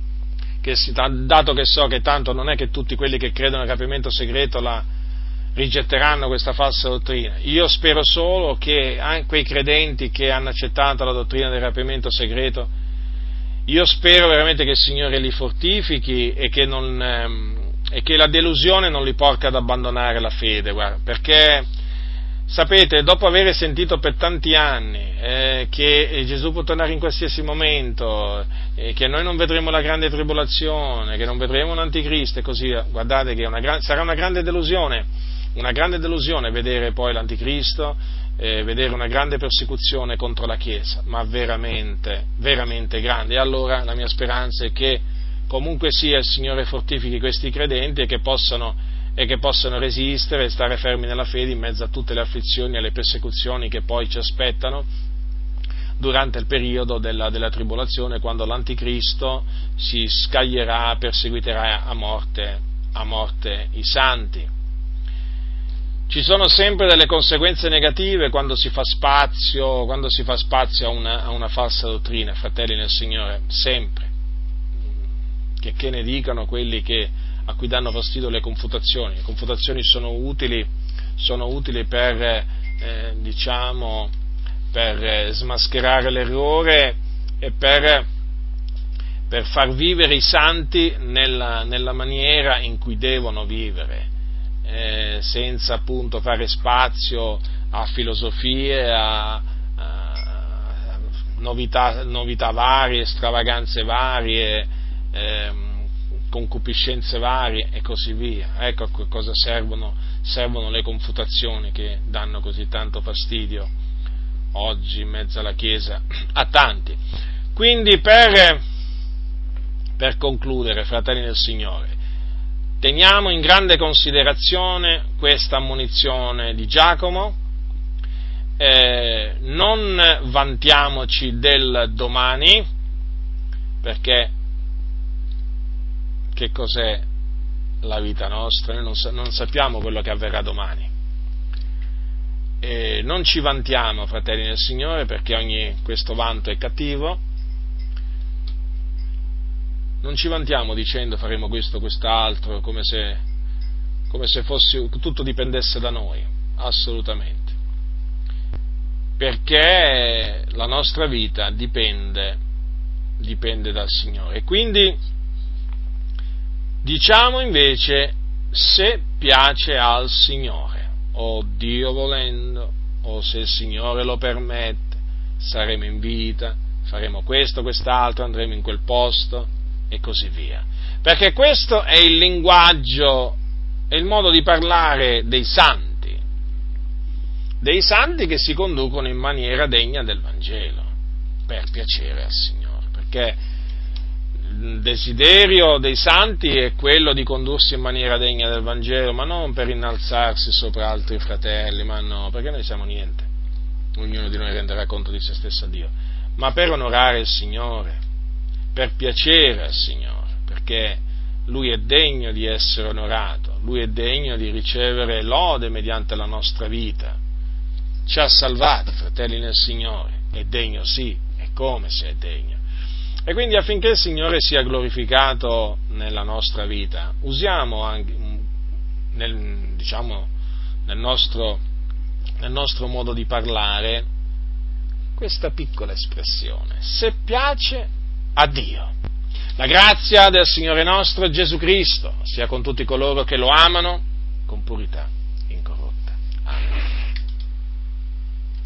dato che so che tanto non è che tutti quelli che credono al rapimento segreto la rigetteranno questa falsa dottrina, io spero solo che anche quei credenti che hanno accettato la dottrina del rapimento segreto, io spero veramente che il Signore li fortifichi e che la delusione non li porti ad abbandonare la fede, perché sapete, dopo aver sentito per tanti anni che Gesù può tornare in qualsiasi momento, che noi non vedremo la grande tribolazione, che non vedremo l'Anticristo e così via, guardate che sarà una grande delusione vedere poi l'Anticristo, vedere una grande persecuzione contro la Chiesa, ma veramente, veramente grande. E allora la mia speranza è che comunque sia il Signore fortifichi questi credenti e che possano resistere e stare fermi nella fede in mezzo a tutte le afflizioni e le persecuzioni che poi ci aspettano durante il periodo della tribolazione, quando l'Anticristo si scaglierà, perseguiterà a morte i santi. Ci sono sempre delle conseguenze negative quando si fa spazio a una falsa dottrina, fratelli nel Signore, sempre. Che ne dicano quelli a cui danno fastidio le confutazioni. Le confutazioni sono utili per smascherare l'errore e per far vivere i santi nella maniera in cui devono vivere, senza appunto fare spazio a filosofie, a novità varie, stravaganze varie, concupiscenze varie e così via. Ecco a che cosa servono le confutazioni che danno così tanto fastidio oggi in mezzo alla Chiesa a tanti. Quindi per concludere, fratelli del Signore, teniamo in grande considerazione questa ammonizione di Giacomo, non vantiamoci del domani, perché che cos'è la vita nostra? Noi non sappiamo quello che avverrà domani. Non ci vantiamo, fratelli del Signore, perché questo vanto è cattivo. Non ci vantiamo dicendo faremo questo, quest'altro, come se tutto dipendesse da noi, assolutamente. Perché la nostra vita dipende dal Signore. E quindi diciamo invece "se piace al Signore", o Dio volendo, o se il Signore lo permette, saremo in vita, faremo questo, quest'altro, andremo in quel posto e così via. Perché questo è il linguaggio, è il modo di parlare dei santi che si conducono in maniera degna del Vangelo, per piacere al Signore, perché il desiderio dei santi è quello di condursi in maniera degna del Vangelo, ma non per innalzarsi sopra altri fratelli, ma no, perché noi siamo niente, ognuno di noi renderà conto di se stesso a Dio, ma per onorare il Signore, per piacere al Signore, perché Lui è degno di essere onorato, Lui è degno di ricevere lode mediante la nostra vita, ci ha salvati, fratelli nel Signore, è degno, sì, è come se è degno. E quindi affinché il Signore sia glorificato nella nostra vita, usiamo anche nel nostro modo di parlare questa piccola espressione: se piace a Dio. La grazia del Signore nostro Gesù Cristo sia con tutti coloro che lo amano con purità.